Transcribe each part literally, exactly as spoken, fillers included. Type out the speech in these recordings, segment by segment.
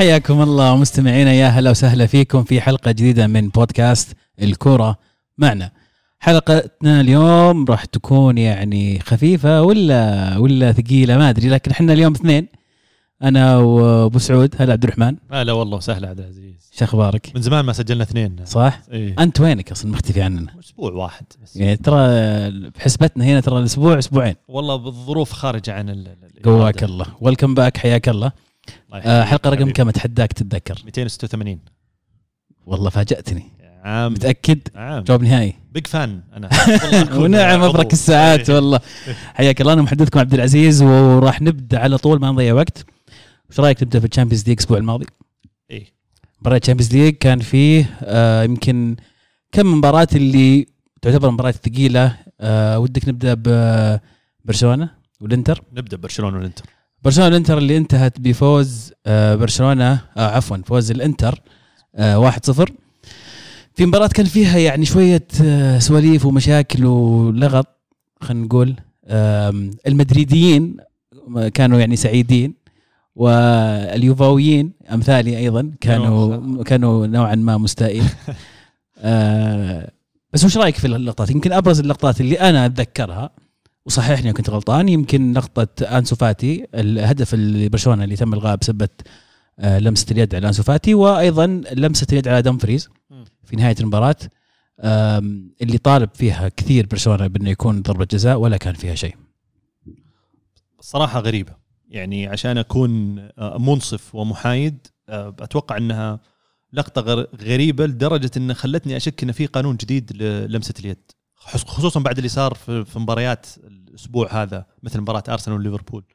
حياكم الله مستمعينا، يا هلا وسهلا فيكم في حلقة جديدة من بودكاست الكرة معنا. حلقتنا اليوم راح تكون يعني خفيفة ولا ولا ثقيلة ما أدري، لكن احنا اليوم اثنين، أنا وأبو سعود. هلا عبد الرحمن. هلا والله سهل عبد العزيز، شو أخبارك؟ من زمان ما سجلنا اثنين صح؟ إيه؟ أنت وينك أصلا مختفي عننا؟ أسبوع واحد بس. يعني ترى بحسبتنا هنا ترى الأسبوع أسبوعين والله بالظروف خارجة عن ال قواك الله. ويلكم باك، حياك الله. آه حلقة رقم كم أتحداك تتذكر؟ مئتين وستة وثمانين. والله فاجأتني. عام. متأكد؟ عام. جواب نهائي. بيج فان أنا. ونعم أبرك الساعات والله. حياك الله. أنا محدثكم عبد العزيز، وراح نبدأ على طول ما نضيع وقت. وش رأيك نبدأ في الشامبيونز ليج الأسبوع الماضي؟ إيه. مباراة الشامبيونز ليج كان فيه آه يمكن كم مباراة اللي تعتبر مباراة ثقيلة. آه ودك نبدأ ببرشلونة والإنتر؟ نبدأ برشلونة والإنتر. برشلونة والإنتر اللي انتهت بفوز آه برشلونة آه عفوا فوز الإنتر آه واحد صفر في مباراة كان فيها يعني شوية آه سواليف ومشاكل ولغط. خلينا نقول آه المدريديين كانوا يعني سعيدين، واليوفاويين أمثالي أيضا كانوا كانوا نوعا ما مستائين. آه بس وش رأيك في اللقطات؟ يمكن أبرز اللقطات اللي أنا أتذكرها، وصحيحني كنت غلطان، يمكن لقطة أنسو فاتي، الهدف اللي برشلونة اللي تم الغاء بسبب آه لمسة اليد على أنسو فاتي، وأيضا لمسة اليد على دمفريز في نهاية المباراة اللي طالب فيها كثير برشلونة بأنه يكون ضربة جزاء ولا كان فيها شيء. الصراحة غريبة، يعني عشان أكون منصف ومحايد أتوقع أنها لقطة غريبة لدرجة أن خلتني أشك أن في قانون جديد للمسة اليد، خصوصا بعد اللي صار في مباريات الأسبوع هذا مثل مباراة أرسنال وليفربول.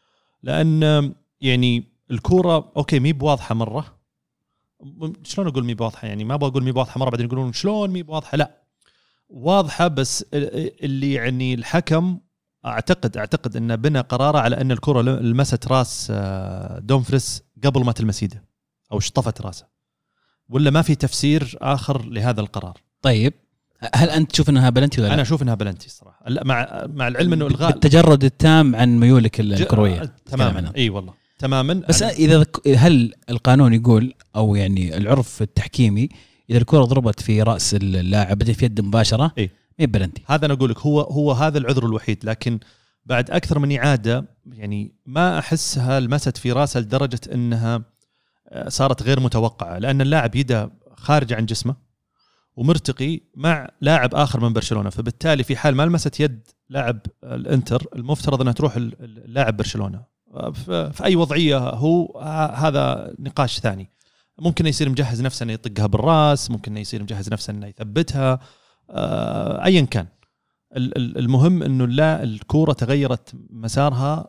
لأن يعني الكرة أوكي مي بواضحة مرة، شلون أقول مي بواضحة، يعني ما بقول مي بواضحة مرة بعدين يقولون شلون مي بواضحة، لا واضحة، بس اللي يعني الحكم أعتقد أعتقد أنه بنى قراره على أن الكرة لمست راس دومفريس قبل ما تلمس يده أو شطفت راسه، ولا ما في تفسير آخر لهذا القرار. طيب هل أنت تشوف أنها بلنتي ولا لا؟ أنا أشوف أنها بلنتي الصراحة، مع مع العلم أنه إلغاء بالتجرد التام عن ميولك الكروية تماما. إي والله تماما. بس إذا هل القانون يقول أو يعني العرف التحكيمي إذا الكرة ضربت في رأس اللاعب بدأ في يد مباشرة إيه؟ مي بلنتي. هذا أنا أقولك هو هو هذا العذر الوحيد، لكن بعد أكثر من إعادة يعني ما أحسها لمست في راسه لدرجة أنها صارت غير متوقعة، لأن اللاعب يده خارج عن جسمه ومرتقي مع لاعب آخر من برشلونة، فبالتالي في حال ما لمست يد لاعب الإنتر المفترض أنها تروح اللاعب برشلونة. في أي وضعية هو هذا نقاش ثاني، ممكن يصير مجهز نفسه أنه يطقها بالرأس، ممكن يصير مجهز نفسه أنه يثبتها، أيا كان. المهم أنه لا الكرة تغيرت مسارها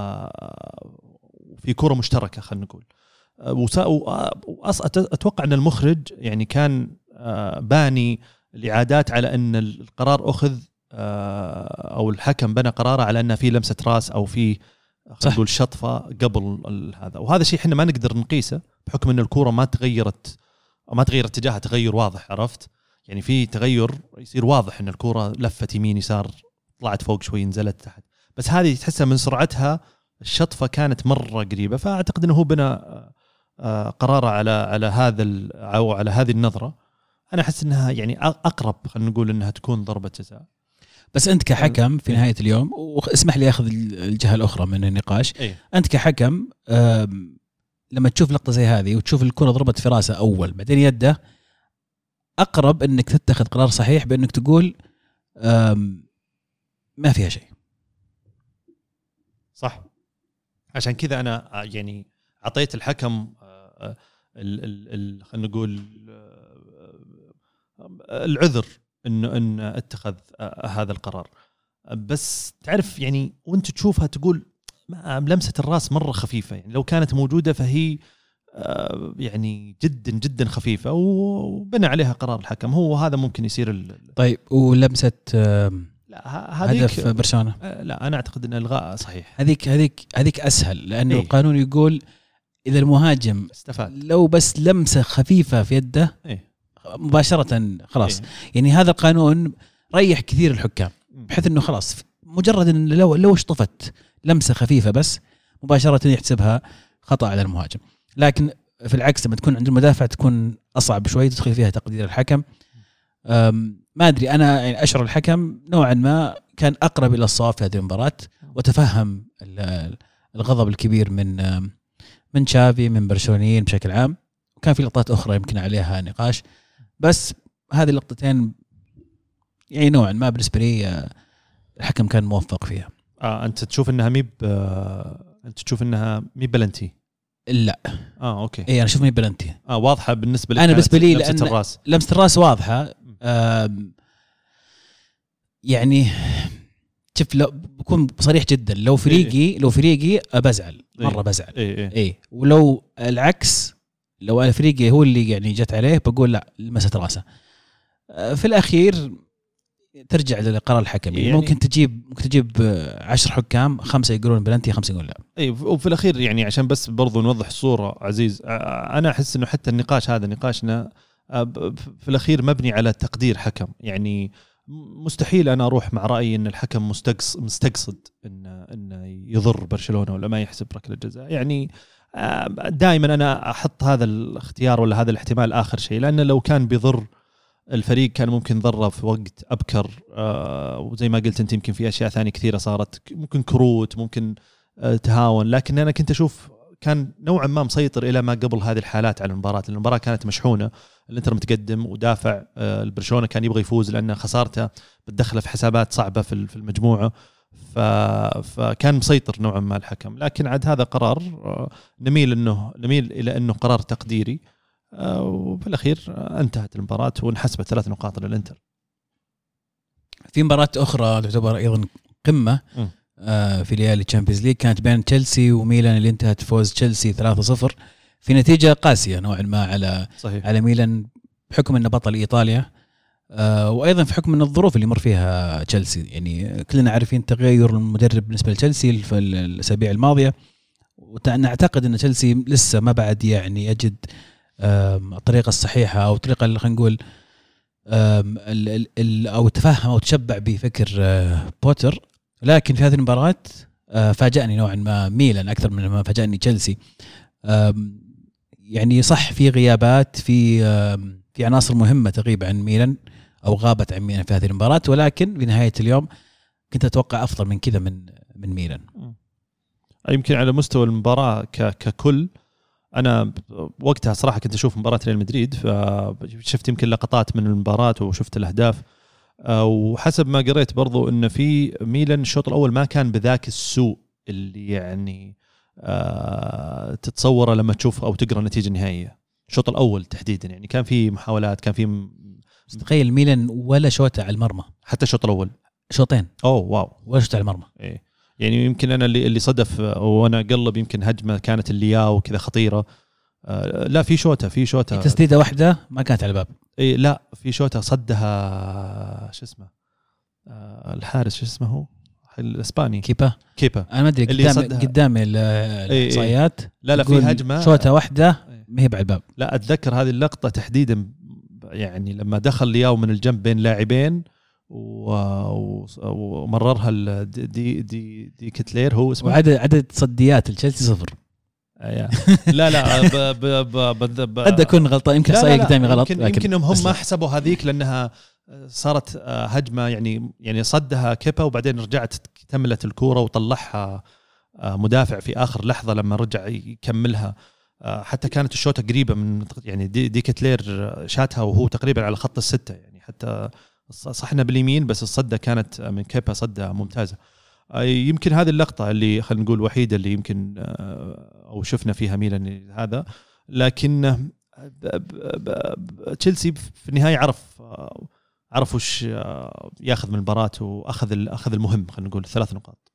في كرة مشتركة خلينا نقول. وأتوقع أن المخرج يعني كان باني الإعادات على أن القرار أخذ أو الحكم بنى قراره على أن في لمسة راس أو في خلينا نقول شطفة قبل هذا، وهذا شيء إحنا ما نقدر نقيسه بحكم أن الكرة ما تغيرت أو ما تغيرت اتجاهها تغير واضح، عرفت يعني في تغير يصير واضح أن الكرة لفت يمين يسار طلعت فوق شوي نزلت تحت، بس هذه تحسها من سرعتها الشطفة كانت مرة قريبة، فأعتقد أنه هو بنى قراره على على هذا أو على هذه النظرة. أنا أحس أنها يعني أقرب خلينا نقول أنها تكون ضربة جزاء. بس أنت كحكم في نهاية اليوم، واسمح لي أخذ الجهة الأخرى من النقاش. إيه؟ أنت كحكم لما تشوف لقطة زي هذه وتشوف الكرة ضربت في راسه أول بعدين يده، أقرب أنك تتخذ قرار صحيح بأنك تقول ما فيها شيء. صح، عشان كذا أنا يعني عطيت الحكم خلينا نقول العذر إنه إن اتخذ هذا القرار. بس تعرف يعني وانت تشوفها تقول لمسة الراس مرة خفيفة، يعني لو كانت موجودة فهي يعني جدا جدا خفيفة وبنى عليها قرار الحكم، هو هذا ممكن يصير. طيب ولمسة لا هدف برشلونة؟ لا أنا أعتقد أن الغاء صحيح. هذيك هذيك هذيك أسهل، لأنه إيه؟ القانون يقول إذا المهاجم استفاد لو بس لمسة خفيفة في يده إيه؟ مباشرة خلاص. إيه؟ يعني هذا القانون ريح كثير الحكام بحيث إنه خلاص مجرد إن لو لو اشطفت لمسة خفيفة بس مباشرة يحسبها خطأ على المهاجم. لكن في العكس لما تكون عند المدافع تكون اصعب شوي تدخل فيها تقدير الحكم. ما ادري انا يعني اشعر الحكم نوعا ما كان اقرب الى الصواب في هذه المباراه وتفهم الغضب الكبير من من تشافي من برشلونيين بشكل عام. وكان في لقطات اخرى يمكن عليها نقاش بس هذه اللقطتين يعني نوعا ما بالنسبه لي الحكم كان موفق فيها. اه انت تشوف انها ميب آه انت تشوف انها مي بلنتي؟ لا اه اوكي اي انا اشوف مي بلنتي. اه واضحه بالنسبه لي. انا بالنسبه لي لمسه لأن الراس لمسه الراس واضحه. يعني شوف لو بكون صريح جدا لو فريقي إيه. لو فريقي بزعل مره إيه. بزعل اي إيه. إيه. ولو العكس لو انا فريقي هو اللي يعني جت عليه بقول لا لمست راسه. في الاخير ترجع لقرار الحكم. يعني ممكن تجيب ممكن تجيب عشر حكام خمسه يقولون بلنتي خمسه يقولون لا. اي وفي الاخير يعني عشان بس برضو نوضح الصوره عزيز انا احس انه حتى النقاش هذا نقاشنا في الاخير مبني على تقدير حكم. يعني مستحيل انا اروح مع رايي ان الحكم مستقصد مستقصد ان ان يضر برشلونه ولا ما يحسب ركله جزاء. يعني دائما انا احط هذا الاختيار ولا هذا الاحتمال اخر شيء لان لو كان بيضر الفريق كان ممكن ضره في وقت ابكر. آه وزي ما قلت انت يمكن في اشياء ثانيه كثيره صارت ممكن كروت ممكن آه تهاون. لكن انا كنت اشوف كان نوعا ما مسيطر الى ما قبل هذه الحالات على المباراه. المباراه كانت مشحونه الانتر متقدم ودافع. آه البرشلونه كان يبغى يفوز لان خسارته بتدخله في حسابات صعبه في المجموعه. فكان مسيطر نوعا ما الحكم. لكن عاد هذا قرار آه نميل انه نميل الى انه قرار تقديري. آه وفي الأخير انتهت المباراة وانحسبت ثلاث نقاط للإنتر. في مباراة أخرى تعتبر أيضا قمة آه في ليالي الشامبيونز ليج كانت بين تشيلسي وميلان اللي انتهت فوز تشيلسي ثلاثة صفر في نتيجة قاسية نوعا ما على صحيح. على ميلان بحكم أنه بطل إيطاليا. آه وأيضا في حكم أن الظروف اللي مر فيها تشيلسي. يعني كلنا عارفين تغير المدرب بالنسبة لتشيلسي في الأسابيع الماضية ونعتقد أن تشيلسي لسه ما بعد يعني يجد الطريقة الصحيحة أو الطريقة اللي خلينا نقول ال ال أو تفهم أو تشبع بفكر بوتر. لكن في هذه المباراة فاجأني نوعا ما ميلان أكثر من ما فاجأني تشيلسي. يعني صح في غيابات في في عناصر مهمة تغيب عن ميلان أو غابت عن ميلان في هذه المباراة ولكن في نهاية اليوم كنت أتوقع أفضل من كذا من من ميلان. يمكن على مستوى المباراة ككل أنا وقتها صراحة كنت أشوف مباراة ريال مدريد فشفت يمكن لقطات من المباراة وشفت الأهداف. وحسب ما قريت برضو إن في ميلان الشوط الأول ما كان بذاك السوء اللي يعني تتصوره لما تشوف أو تقرأ النتيجة النهائية. الشوط الأول تحديدا يعني كان في محاولات كان في تخيل ميلان ولا شوطة على المرمى حتى الشوط الأول شوطين أوه واو ولا شوطة على المرمى. إيه يعني يمكن أنا اللي اللي صدف وأنا أقلب يمكن هجمة كانت اللياو كذا خطيرة. آه لا في شوطة في شوطة تسديدة واحدة ما كانت على الباب. إيه لا في شوطة صدها شو اسمه آه الحارس شو اسمه هو الإسباني كيبا كيبا أنا ما أدري قدام قدام الإحصائيات. إيه لا لا في هجمة شوطة واحدة ما هي على الباب. لا أتذكر هذه اللقطة تحديدا يعني لما دخل لياو من الجنب بين لاعبين ومررها دي دي دي كتلير هو اسمه. وعدد عدد تصديات تشيلسي صفر. لا لا قد اكون غلطان يمكن صاير قدامي غلط يمكن يمكنهم هم ما حسبوا هذيك لانها صارت هجمه يعني يعني صدها كيبا وبعدين رجعت كملت الكوره وطلعها مدافع في اخر لحظه لما رجع يكملها. حتى كانت الشوطه قريبه من يعني دي, دي كتلير شاتها وهو تقريبا على خط السته يعني حتى صحنا باليمين بس الصدة كانت من كيبا صدة ممتازة. يمكن هذه اللقطة اللي خلينا نقول وحيدة اللي يمكن أو شفنا فيها ميلان هذا. لكن تشيلسي في النهاية عرف عرف وش ياخذ من المباراة وأخذ أخذ المهم خلينا نقول ثلاث نقاط.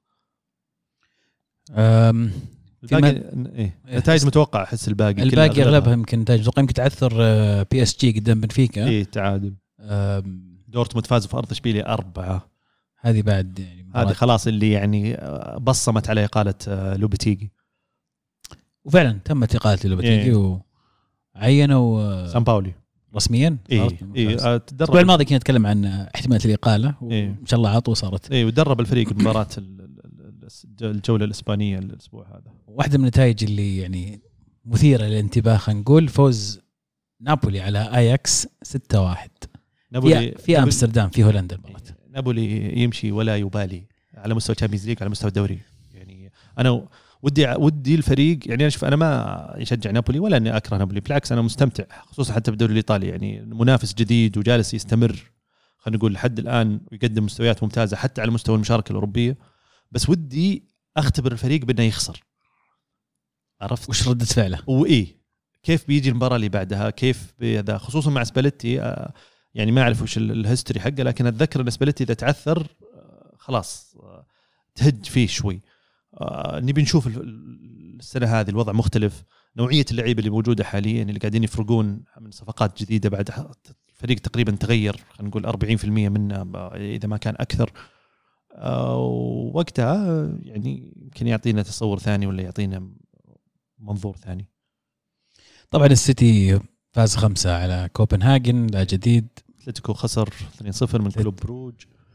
الباقي إيه نتائج متوقع أحس الباقي الباقي أغلبها يمكن نتائج متوقع يمكن تعثر بي اس جي قدام بنفيكا. إيه تعادل. دورتموند فازوا في أرض إشبيلية أربعة. هذه بعد يعني هذه خلاص اللي يعني بصمت على إقالة لوبيتيجي. وفعلا تمت إقالة لوبيتيجي إيه. وعينوا سان باولي رسميا. إيه. إيه. الأسبوع الماضي كنا نتكلم عن احتمال الإقالة إيه. وإن شاء الله عطوا صارت. إيه ودرب الفريق بمباراة الجولة الإسبانية الأسبوع هذا. واحدة من النتائج اللي يعني مثيرة للانتباه. خلينا نقول فوز نابولي على اياكس ستة واحد نابولي في, في امستردام في هولندا. المباراة نابولي يمشي ولا يبالي على مستوى الشامبيونز ليج على مستوى الدوري. يعني انا ودي ودي الفريق، يعني انا شوف انا ما يشجع نابولي ولا اني اكره نابولي، بالعكس انا مستمتع خصوصا حتى بالدوري الايطالي، يعني منافس جديد وجالس يستمر خلينا نقول لحد الان ويقدم مستويات ممتازه حتى على مستوى المشاركه الاوروبيه. بس ودي اختبر الفريق بانه يخسر. عرفت وش ردة فعله وايه كيف بيجي المباراه اللي بعدها، كيف هذا خصوصا مع سباليتي. يعني ما اعرف وش الهيستوري حقه، لكن اتذكر ان سباليتي اذا تعثر خلاص تهج فيه شوي. نبي نشوف السنه هذه الوضع مختلف، نوعيه اللعيبه اللي موجوده حاليا اللي قاعدين يفرقون من صفقات جديده بعد فريق تقريبا تغير خلينا نقول أربعين بالمئة منه اذا ما كان اكثر. ووقتها يعني يمكن يعطينا تصور ثاني ولا يعطينا منظور ثاني. طبعا السيتي فاز خمسة على كوبنهاجن، لا جديد. اتلتيكو خسر اثنين صفر من كلوب بروج.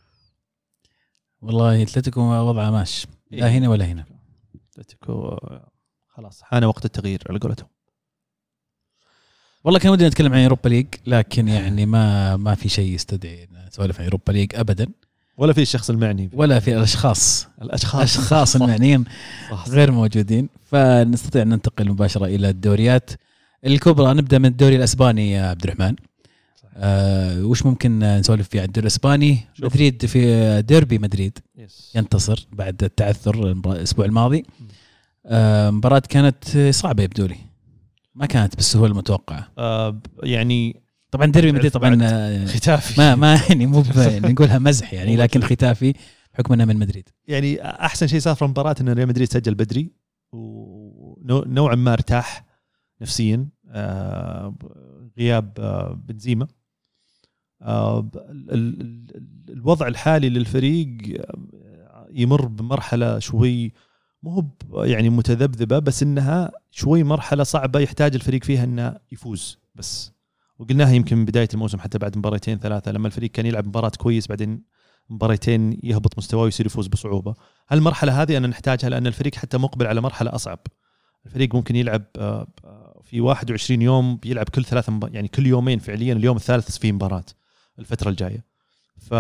والله اتلتيكو وضعه ماشي، لا هنا ولا هنا. اتلتيكو خلاص حان وقت التغيير على قولتهم. والله كان ودي نتكلم عن اوروبا ليج، لكن يعني ما ما في شيء يستدعي نسولف عن اوروبا ليج ابدا، ولا في الشخص المعني ولا في الاشخاص الاشخاص اشخاص المعنيين غير موجودين. فنستطيع ان ننتقل مباشره الى الدوريات الكبرى. نبدا من الدوري الاسباني يا عبد الرحمن. آه وش ممكن نسولف فيه عن الدوري الاسباني؟ مدريد في ديربي مدريد ينتصر بعد التعثر الاسبوع الماضي. آه مباراة كانت صعبة يبدو لي، ما كانت بالسهولة المتوقعة. آه يعني طبعا ديربي مدريد طبعا ختافي ما ما يعني مو نقولها مزح يعني، لكن ختافي بحكم انها من مدريد. يعني احسن شيء صار في المباراة ان ريال مدريد سجل بدري ونوعا ما ارتاح نفسيا. آه غياب آه بنزيما. آه الوضع الحالي للفريق يمر بمرحلة شوي مو يعني متذبذبة، بس إنها شوي مرحلة صعبة يحتاج الفريق فيها إنه يفوز بس. وقلناها يمكن من بداية الموسم حتى بعد مباراتين ثلاثة، لما الفريق كان يلعب مباراة كويس بعدين مباراتين يهبط مستواه ويصير يفوز بصعوبة. هالمرحلة هذه أنا نحتاجها لأن الفريق حتى مقبل على مرحلة أصعب. الفريق ممكن يلعب في واحد وعشرين يوم، بيلعب كل ثلاثة مب... يعني كل يومين فعليا، اليوم الثالث فيه مباراة الفترة الجاية. ف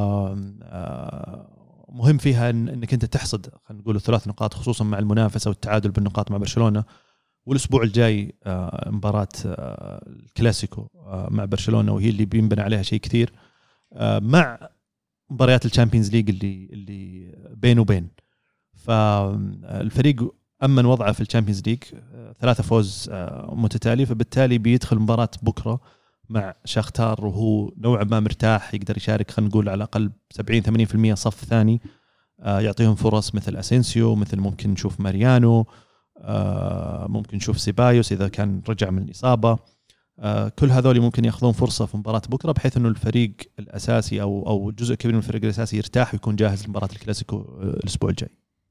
مهم فيها انك انت تحصد خلينا نقول ثلاث نقاط، خصوصا مع المنافسه والتعادل بالنقاط مع برشلونه. والاسبوع الجاي مباراه الكلاسيكو مع برشلونه، وهي اللي بينبنى عليها شيء كثير، مع مباريات الشامبيونز ليج اللي اللي بين وبين. فالفريق امن وضعه في الشامبيونز ليج، ثلاثه فوز متتالي، فبالتالي بيدخل مباراه بكره مع شاختار وهو نوعا ما مرتاح، يقدر يشارك خلينا نقول على الأقل سبعين ثمانين بالمئة صف ثاني. آه يعطيهم فرص مثل أسينسيو، مثل ممكن نشوف ماريانو، آه ممكن نشوف سيبايوس إذا كان رجع من الإصابة. آه كل هذول ممكن يأخذون فرصة في مباراة بكرة، بحيث أنه الفريق الأساسي أو أو جزء كبير من الفريق الأساسي يرتاح ويكون جاهز لمباراة الكلاسيكو الأسبوع الجاي.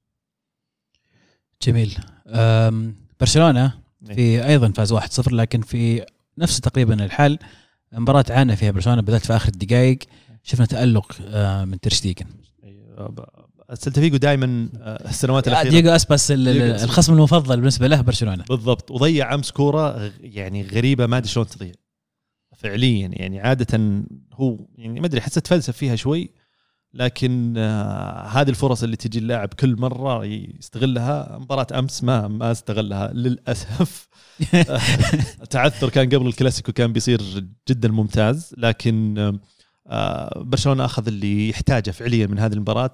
جميل. برشلونة في أيضا فاز واحد صفر، لكن في نفس تقريبا الحال مباراة عانى فيها برشلونة بالذات في آخر الدقائق. شفنا تألق من تير شتيجن. سيلتا فيجو دائما السنوات الأخيرة دييغو أسباس الخصم المفضل بالنسبة له برشلونة بالضبط. وضيع أمس كورة يعني غريبة ما أدري شلون تضيع فعليا. يعني عادة هو يعني ما أدري حسيت فلسف فيها شوي، لكن آه هذه الفرص اللي تجي اللاعب كل مرة يستغلها. مباراة أمس ما ما استغلها للأسف. تعثر كان قبل الكلاسيكو كان بيصير جدا ممتاز، لكن آه برشلونة أخذ اللي يحتاجه فعليا من هذه المباراة،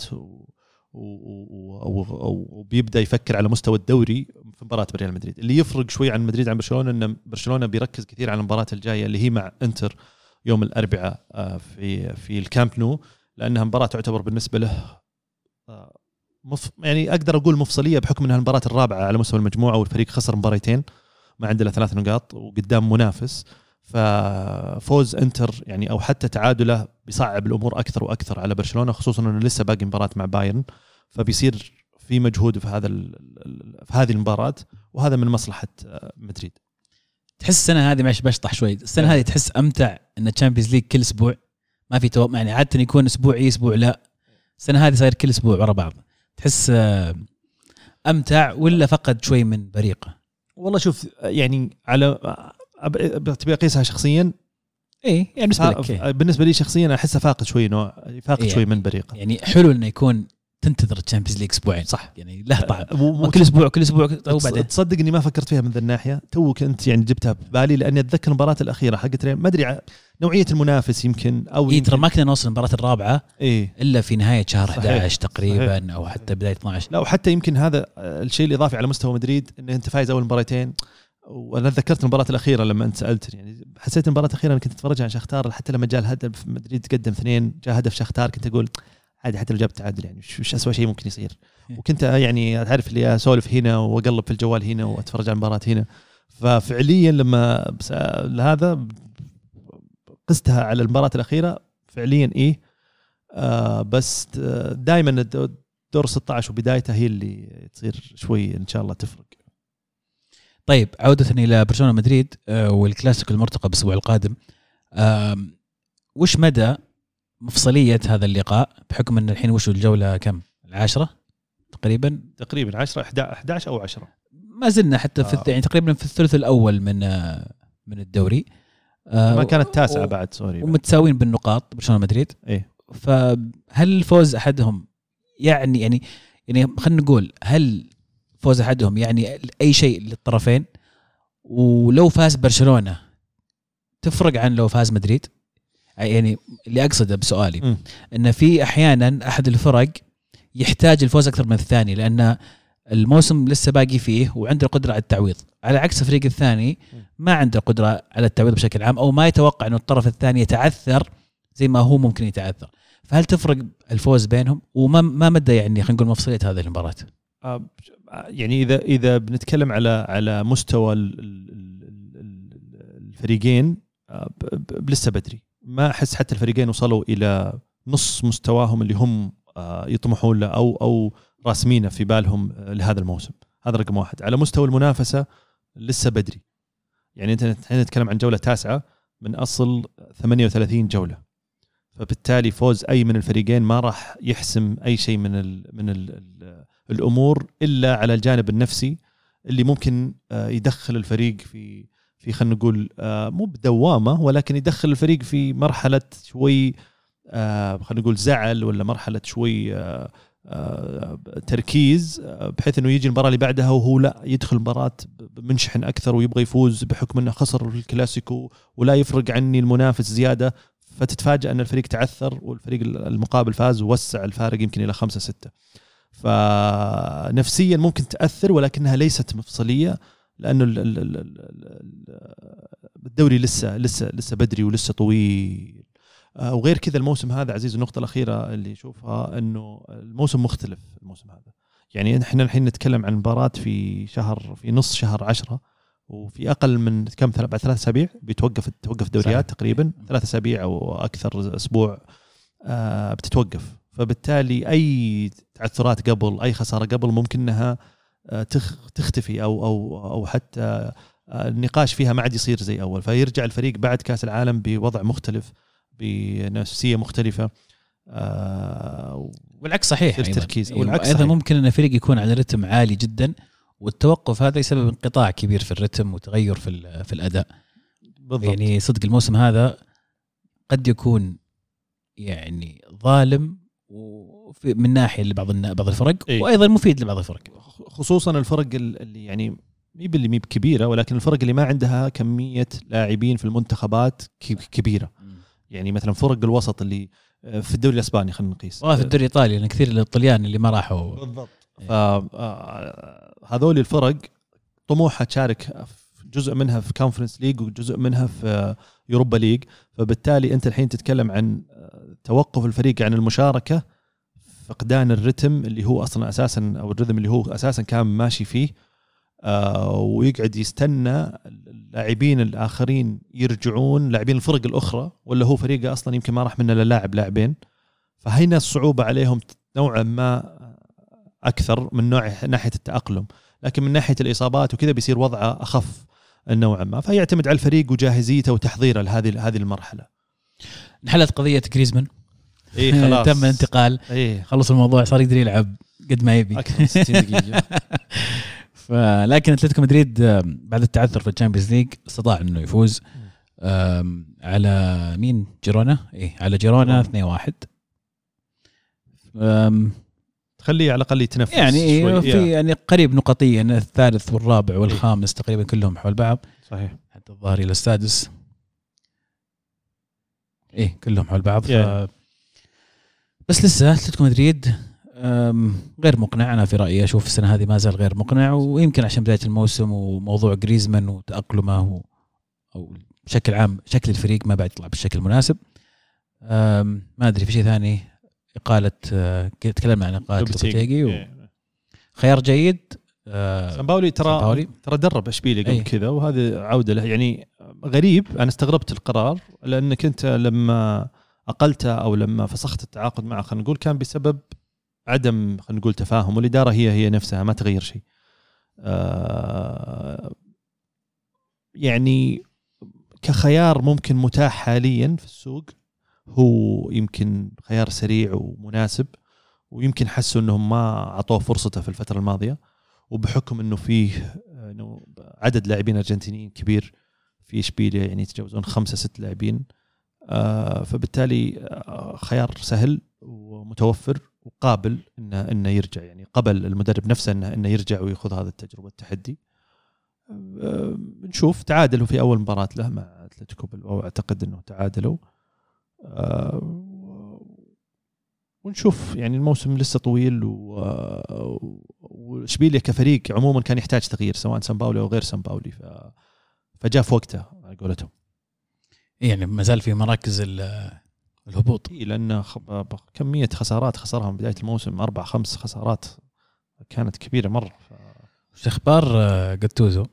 وبيبدأ يفكر على مستوى الدوري في مباراة ريال مدريد. اللي يفرق شوي عن مدريد عن برشلونة أن برشلونة بيركز كثير على المباراة الجاية اللي هي مع إنتر يوم الأربعاء آه في في الكامب نو، لأنها مباراة تعتبر بالنسبة له آه مف يعني أقدر أقول مفصلية بحكم أنها المباراة الرابعة على مستوى المجموعة، والفريق خسر مباراتين ما عندنا ثلاث نقاط وقدام منافس. ففوز انتر يعني او حتى تعادله بيصعب الامور اكثر واكثر على برشلونه، خصوصا انه لسه باقي مباراه مع بايرن، فبيصير في مجهود في هذا في هذه المباراه، وهذا من مصلحه مدريد. تحس السنه هذه معلش بشطح شوي، السنه هذه تحس امتع ان الشامبيونز ليج كل اسبوع ما في تو... يعني عاده يكون اسبوع اي اسبوع لا، السنه هذه صاير كل اسبوع ورا بعض. تحس امتع ولا فقد شوي من بريقه؟ والله شوف يعني على تبي اقيسها شخصيا ايه يعني بالنسبه لك إيه؟ بالنسبه لي شخصيا احسه فاقد شوي نوع فاقد إيه شوي من بريقه. يعني حلو انه يكون تنتظر الشامبيونز ليج اسبوعين صح يعني له طعم كل اسبوع كل اسبوع وبعدين تصدق اني ما فكرت فيها من ذا الناحيه توك انت يعني جبتها ببالي لاني اتذكر المباراه الاخيره حقت ما ادري نوعيه المنافس يمكن او إيه ترى ما كنا نوصل المباراه الرابعه إيه؟ الا في نهايه شهر أحد عشر تقريبا صحيح. او حتى بدايه اثنا عشر. لا وحتى يمكن هذا الشيء الاضافي على مستوى مدريد ان انت فايز اول مباراتين. وانا ذكرت المباراه الاخيره لما انت سالت يعني حسيت المباراه الاخيره انا كنت اتفرج عن شختار حتى لما جاء الهدف مدريد تقدم اثنين جاء هدف شختار كنت اقول عادي حتى لو جاب تعادل يعني وش أسوأ شيء ممكن يصير. وكنت يعني تعرف اللي اسولف هنا واقلب في الجوال هنا واتفرج على المباراه هنا. ففعليا لما هذا قستها على المباراه الاخيره فعليا ايه آه بس دائما دور ستة عشر وبدايته هي اللي تصير شوي ان شاء الله تفرق. طيب عودة إلى برشلونة مدريد والكلاسيكو المرتقب الأسبوع القادم وش مدى مفصلية هذا اللقاء بحكم أن الحين وش الجولة كم العاشرة تقريبا تقريبا عشرة أحد عشر أو عشرة ما زلنا حتى في آه. يعني تقريبا في الثلث الأول من من الدوري ما كانت تاسعة بعد سوري ومتساوين بالنقاط برشلونة مدريد. إيه فهل الفوز أحدهم يعني يعني يعني خلينا نقول هل فوز أحدهم يعني أي شيء للطرفين ولو فاز برشلونة تفرق عن لو فاز مدريد؟ يعني اللي أقصده بسؤالي م. إن في أحيانا أحد الفرق يحتاج الفوز أكثر من الثاني لأن الموسم لسه باقي فيه وعنده القدرة على التعويض على عكس الفريق الثاني ما عنده قدرة على التعويض بشكل عام أو ما يتوقع أن الطرف الثاني يتعثر زي ما هو ممكن يتعثر. فهل تفرق الفوز بينهم وما ما مدى يعني خلينا نقول مفصلية هذه المباراة؟ يعني إذا إذا بنتكلم على على مستوى الفريقين لسه بدري ما أحس حتى الفريقين وصلوا إلى نص مستواهم اللي هم يطمحون له أو أو راسمينه في بالهم لهذا الموسم. هذا رقم واحد. على مستوى المنافسة لسه بدري يعني أنت نتكلم عن جولة تاسعة من أصل ثمانية وثلاثين جولة فبالتالي فوز أي من الفريقين ما راح يحسم أي شيء من ال من ال الأمور إلا على الجانب النفسي اللي ممكن يدخل الفريق في في خلينا نقول مو بدوامة ولكن يدخل الفريق في مرحلة شوي خلينا نقول زعل ولا مرحلة شوي تركيز بحيث إنه يجي المباراة اللي بعدها وهو لا يدخل المباراة منشحن أكثر ويبغى يفوز بحكم إنه خسر الكلاسيكو ولا يفرق عني المنافس زيادة فتتفاجأ أن الفريق تعثر والفريق المقابل فاز ووسع الفارق يمكن إلى خمسة ستة. فنفسيا ممكن تأثر ولكنها ليست مفصلية لأنه الدوري لسه لسه لسه بدري ولسه طويل. وغير كذا الموسم هذا عزيز النقطة الأخيرة اللي يشوفها أنه الموسم مختلف. الموسم هذا يعني إحنا الحين نتكلم عن مباراة في شهر في نص شهر عشرة وفي أقل من كم بعد ثلاث أسابيع بيتوقف توقف دوريات تقريبا ثلاث أسابيع أو أكثر أسبوع آه بتتوقف. فبالتالي أي تعثرات قبل أي خسارة قبل ممكن أنها تختفي أو أو أو حتى النقاش فيها ما عاد يصير زي أول فيرجع الفريق بعد كأس العالم بوضع مختلف بنفسية مختلفة آه والعكس صحيح أيضاً. تركيز والعكس أيضا ممكن أن الفريق يكون على رتم عالي جدا والتوقف هذا يسبب انقطاع كبير في الرتم وتغير في في الأداء بالضبط. يعني صدق الموسم هذا قد يكون يعني ظالم وفي من ناحية لبعض بعض الفرق إيه؟ وأيضا مفيد لبعض الفرق خصوصا الفرق اللي يعني ميب اللي ميب كبيرة ولكن الفرق اللي ما عندها كمية لاعبين في المنتخبات كبيرة. يعني مثلا فرق الوسط اللي في الدوري الإسباني خلينا نقيس آه في الدوري الإيطالي لأن كثير الطليان اللي ما راحوا بالضبط. فهذول الفرق طموحها تشارك جزء منها في كونفرنس ليج وجزء منها في يوروبا ليج. فبالتالي أنت الحين تتكلم عن توقف الفريق عن المشاركة فقدان الرتم اللي هو أصلا أساسا أو الرتم اللي هو أساسا كان ماشي فيه آه ويقعد يستنى اللاعبين الآخرين يرجعون لاعبين الفرق الأخرى ولا هو فريقه أصلا يمكن ما راح منه للاعب لاعبين. فهنا الصعوبة عليهم نوعا ما أكثر من نوع ناحية التأقلم لكن من ناحية الإصابات وكذا بيصير وضعه أخف نوعا ما فيعتمد على الفريق وجاهزيته وتحضيره لهذه هذه المرحلة. انحلت قضية جريزمان إيه خلاص تم الانتقال إيه خلص الموضوع صار يقدر يلعب قد ما يبي أكثر من ستين دقيقة ف لكن اتلتيكو مدريد بعد التعثر في الشامبيونز ليج استطاع انه يفوز على مين؟ جيرونا. ايه على جيرونا اثنين واحد. تخليه على الاقل يتنفس يعني شوي. في يعني قريب نقطيا الثالث والرابع والخامس تقريبا كلهم حول بعض. صحيح. حتى الظاهر الى السادس ايه كلهم حول بعض. ف... بس لسه اتلتيكو مدريد غير مقنع. انا في رايي اشوف السنه هذه ما زال غير مقنع، ويمكن عشان بدايه الموسم وموضوع جريزمان وتاقلمه و... او بشكل عام شكل الفريق ما بعد يطلع بالشكل المناسب. ما ادري في شيء ثاني. اقاله تكلمنا عن اقاله لوبيتيغي و... خيار جيد. سامباولي ترى ترى درب اشبيليه قبل كذا، وهذه عوده له. يعني غريب، انا استغربت القرار لانك انت لما اقلته او لما فسخت التعاقد معه خلينا نقول كان بسبب عدم خلينا نقول تفاهم، والاداره هي هي نفسها ما تغير شيء. آه يعني كخيار ممكن متاح حاليا في السوق، هو يمكن خيار سريع ومناسب، ويمكن حسوا انهم ما اعطوه فرصته في الفتره الماضيه، وبحكم انه فيه انه عدد لاعبين ارجنتينيين كبير في اشبيليه، يعني يتجاوزون خمسة ست لاعبين، آه فبالتالي آه خيار سهل ومتوفر وقابل انه انه يرجع. يعني قبل المدرب نفسه انه انه يرجع وياخذ هذا التجربه التحدي. آه نشوف. تعادلوا في اول مباراه له مع اتلتيكو بالباو، اعتقد انه تعادلوا. آه ونشوف. يعني الموسم لسه طويل، واشبيليه كفريق عموما كان يحتاج تغيير سواء سامباولي او غير سامباولي، ف فجاء في وقته على قولتهم. يعني ما زال في مراكز الهبوط، لان كميه خسارات خسرها من بدايه الموسم، اربع خمس خسارات كانت كبيره مره. وش اخبار جاتوزو؟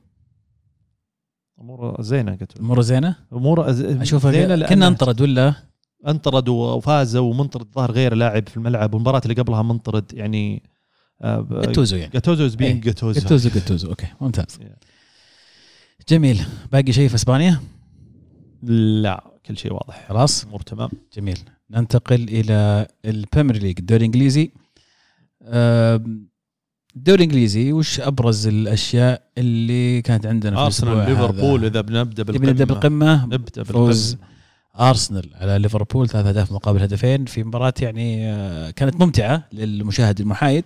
اموره زينه. جاتوزو اموره زينه اموره اشوفها زينه. كنا انطرد ولا انطرد وفاز ومنطرد ظهر غير لاعب في الملعب، والمباراه اللي قبلها منطرد. يعني جاتوزو يعني جاتوزو از بين جاتوزو جاتوزو جاتوزو اوكي ممتاز. جميل. باقي شيء في اسبانيا؟ لا كل شيء واضح خلاص امور تمام. جميل. ننتقل الى البريمير ليج الدوري الانجليزي. الدوري الانجليزي وش ابرز الاشياء اللي كانت عندنا في ارسنال ليفربول؟ اذا بنبدا بالقمه نبدا بالقمه نبدا فوز أرسنال على ليفربول ثلاث أهداف مقابل هدفين في مباراة يعني كانت ممتعة للمشاهد المحايد.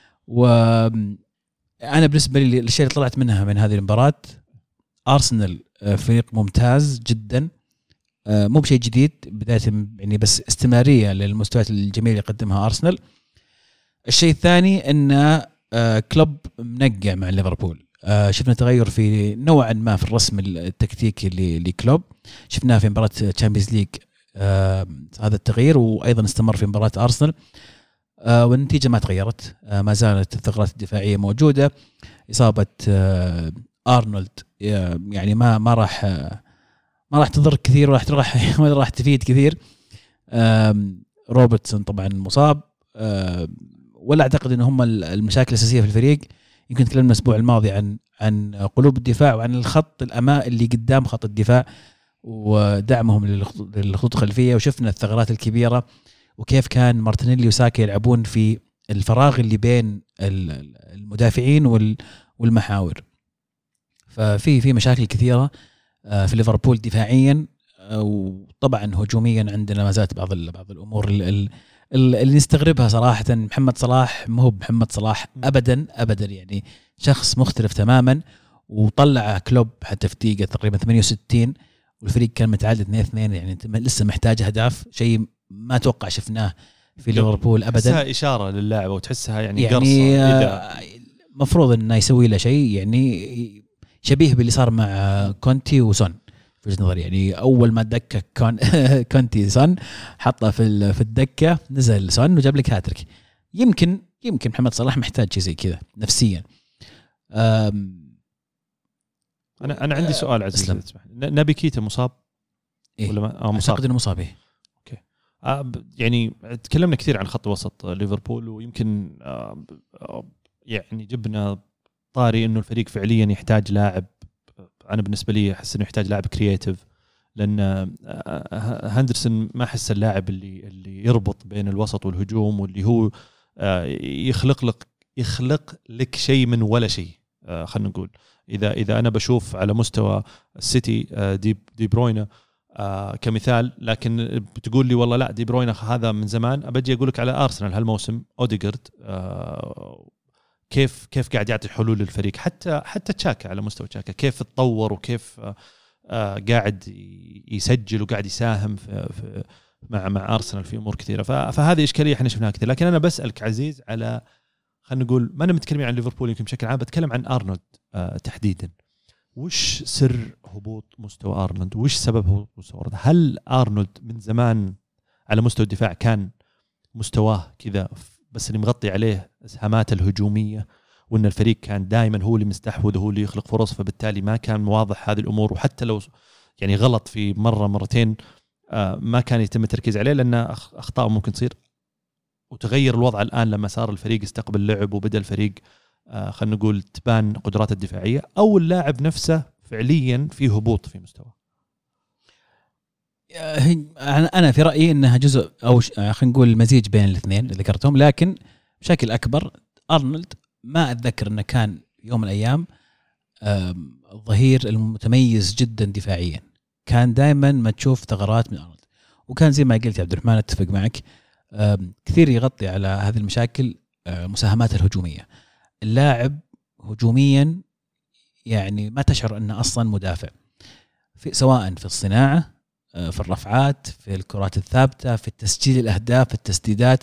وأنا بالنسبة لي الشيء اللي طلعت منها من هذه المباراة، أرسنال فريق ممتاز جدا، مو بشيء جديد بداية يعني، بس استمرارية للمستويات الجميلة اللي يقدمها أرسنال. الشيء الثاني أن كلوب منقع مع ليفربول. شفنا تغير في نوعا ما في الرسم التكتيكي لكلوب، شفناه في مباراة تشامبيونز ليج آه هذا التغيير، وأيضا استمر في مباراة أرسنال آه والنتيجة ما تغيرت. آه ما زالت الثغرات الدفاعية موجودة. إصابة آه أرنولد يعني ما ما راح آه ما راح تضر كثير، وراح راح ما راح تفيد كثير. آه روبرتسون طبعا مصاب، آه ولا أعتقد إن هم المشاكل الأساسية في الفريق. يمكن تكلمنا الأسبوع الماضي عن عن قلوب الدفاع وعن الخط الأمام اللي قدام خط الدفاع ودعمهم للخطوط الخلفية، وشفنا الثغرات الكبيرة وكيف كان مارتينيلي وساكا يلعبون في الفراغ اللي بين المدافعين والمحاور. ففي في مشاكل كثيرة في ليفربول دفاعيا، وطبعا هجوميا عندنا ما زالت بعض بعض الأمور اللي نستغربها صراحة. محمد صلاح ما هو محمد صلاح أبدا أبدا، يعني شخص مختلف تماما. وطلع كلوب حتى في دقيقة تقريبا ثمانية وستين والفريق كان متعادل اثنين اثنين، يعني لسه محتاج أهداف، شيء ما أتوقع شفناه في ليفربول أبدا. تحسها إشارة للاعب وتحسها يعني, يعني قرصة، مفروض إنه يسوي له شيء يعني شبيه باللي صار مع كونتي وسون في وجهة نظري. يعني أول ما دكك كون كونتي سون حطه في في الدكة، نزل سون وجاب لك هاتريك. يمكن يمكن محمد صلاح محتاج شيء زي كذا نفسيا. أنا أنا عندي سؤال عزيز، نبي كيتا مصاب إيه؟ ولا ما؟ آه مصاب. أعتقد إنه مصاب. إيه؟ أوكي. آه يعني تكلمنا كثير عن خط وسط ليفربول، ويمكن آه يعني جبنا طاري إنه الفريق فعليا يحتاج لاعب. أنا بالنسبة لي أحس إنه يحتاج لاعب كرياتيف، لأن هندرسون ما أحس اللاعب اللي اللي يربط بين الوسط والهجوم، واللي هو يخلق لك يخلق لك شيء من ولا شيء. آه خلينا نقول اذا اذا انا بشوف على مستوى السيتي آه دي دي بروينا آه كمثال، لكن بتقول لي والله لا دي بروينا هذا من زمان، ابجي اقول لك على ارسنال هالموسم اوديغارد آه كيف كيف قاعد يعطي حلول للفريق، حتى حتى تشاكا على مستوى تشاكا كيف تطور وكيف آه آه قاعد يسجل وقاعد يساهم في, في مع مع ارسنال في امور كثيره. فهذه اشكاليه احنا شفناها كثير. لكن انا بسالك عزيز على خلينا نقول ما انا متكلمين عن ليفربول يمكن بشكل عام، بتكلم عن ارنولد آه تحديدا. وش سر هبوط مستوى ارنولد؟ وش سبب هبوط مستوى ارنولد؟ هل ارنولد من زمان على مستوى الدفاع كان مستواه كذا بس اللي مغطي عليه اسهامات الهجوميه، وان الفريق كان دائما هو اللي مستحوذ وهو اللي يخلق فرص، فبالتالي ما كان واضح هذه الامور، وحتى لو يعني غلط في مره مرتين آه ما كان يتم التركيز عليه لان اخطاء ممكن تصير. وتغير الوضع الان لما صار الفريق استقبل لعب وبدا الفريق آه خلينا نقول تبان قدراته الدفاعيه، او اللاعب نفسه فعليا في هبوط في مستوى. انا في رايي انها جزء او خلينا نقول مزيج بين الاثنين اللي ذكرتهم، لكن بشكل اكبر ارنولد ما اتذكر انه كان يوم من الايام الظهير المتميز جدا دفاعيا. كان دائما ما تشوف ثغرات من ارنولد، وكان زي ما قلت يا عبد الرحمن اتفق معك كثير يغطي على هذه المشاكل مساهمات الهجوميه. اللاعب هجوميا يعني ما تشعر انه اصلا مدافع، في سواء في الصناعه، في الرفعات، في الكرات الثابته، في التسجيل الاهداف، في التسديدات،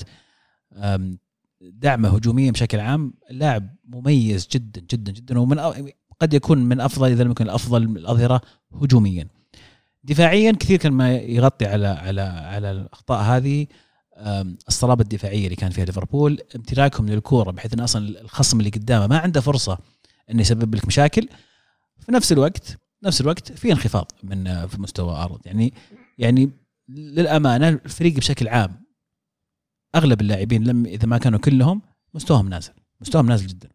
دعمه هجوميا بشكل عام. لاعب مميز جدا جدا جدا، ومن قد يكون من افضل اذا لم يكن الافضل من الاظهره هجوميا. دفاعيا كثير كان ما يغطي على على على الاخطاء هذه، الصلابه الدفاعيه اللي كان فيها ليفربول، امتلاكهم للكوره بحيث ان اصلا الخصم اللي قدامه ما عنده فرصه انه يسبب لك مشاكل. في نفس الوقت نفس الوقت في انخفاض من في مستوى ارنولد. يعني يعني للامانه الفريق بشكل عام اغلب اللاعبين لم اذا ما كانوا كلهم مستواهم نازل مستواهم نازل جدا،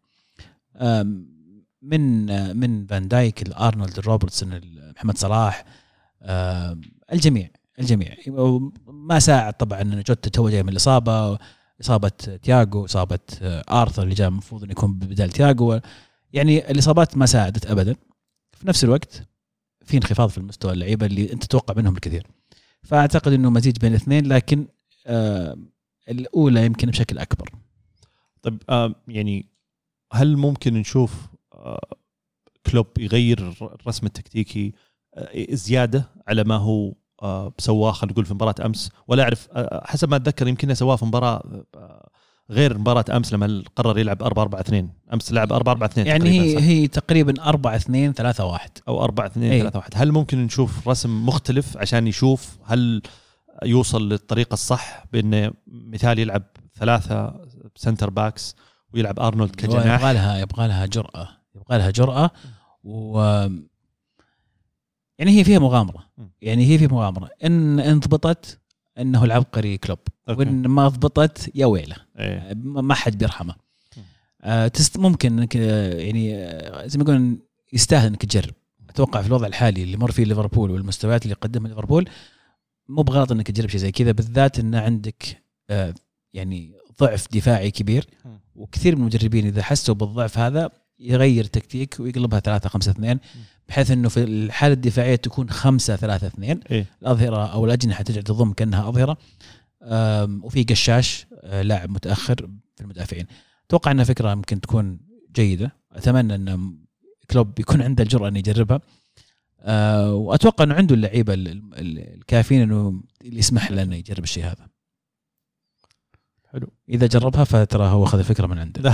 من من فان دايك الارنولد روبرتسون محمد صلاح، الجميع الجميع ما ساعد طبعا ان جوتا تو جاي من الاصابه، اصابه تياغو، اصابه ارثر اللي جاء المفروض انه يكون بدال تياغو، يعني الاصابات ما ساعدت ابدا. في نفس الوقت في انخفاض في المستوى اللعيبه اللي انت تتوقع منهم الكثير. فاعتقد انه مزيج بين الاثنين، لكن آه الاولى يمكن بشكل اكبر. طيب آه يعني هل ممكن نشوف آه كلوب يغير الرسم التكتيكي آه زياده على ما هو آه سواه خلينا نقول في مباراه امس؟ ولا اعرف آه حسب ما اتذكر يمكن سواه في مباراه آه غير مباراة أمس لما قرر يلعب أربعة أربعة اثنين. أمس لعب أربعة أربعة اثنين يعني هي صح؟ هي تقريبا أربعة اثنين ثلاثة واحد أو أربعة اثنين ثلاثة واحد. هل ممكن نشوف رسم مختلف عشان يشوف هل يوصل للطريقة الصح بأنه مثال يلعب ثلاثة سنتر باكس ويلعب أرنولد كجناح؟ يبغى لها يبغى لها جرأة يبغى لها جرأة و يعني هي فيها مغامرة. يعني هي فيها مغامرة إن انضبطت انه العبقري كلوب، وان ما ضبطت يا ويله ايه. ما حد بيرحمه. آه تست ممكن انك يعني زي ما يقولون يستاهل انك تجرب. اتوقع في الوضع الحالي اللي مر فيه ليفربول والمستويات اللي قدمها ليفربول مو بغلط انك تجرب شيء زي كذا، بالذات ان عندك آه يعني ضعف دفاعي كبير، وكثير من المدربين اذا حسوا بالضعف هذا يغير تكتيك ويقلبها ثلاثة خمسة اثنين، بحيث انه في الحاله الدفاعيه تكون خمسة ثلاثة اثنين. إيه؟ الاظهره او الاجنحه ترجع تضم كانها اظهره، وفي قشاش لاعب متاخر في المدافعين. اتوقع انها فكره ممكن تكون جيده. اتمنى ان كلوب يكون عنده الجرأه ان يجربها، واتوقع انه عنده اللعيبه الكافيين انه اللي يسمح له انه يجرب الشيء هذا. حلو. اذا جربها فترى هو اخذ الفكره من عنده.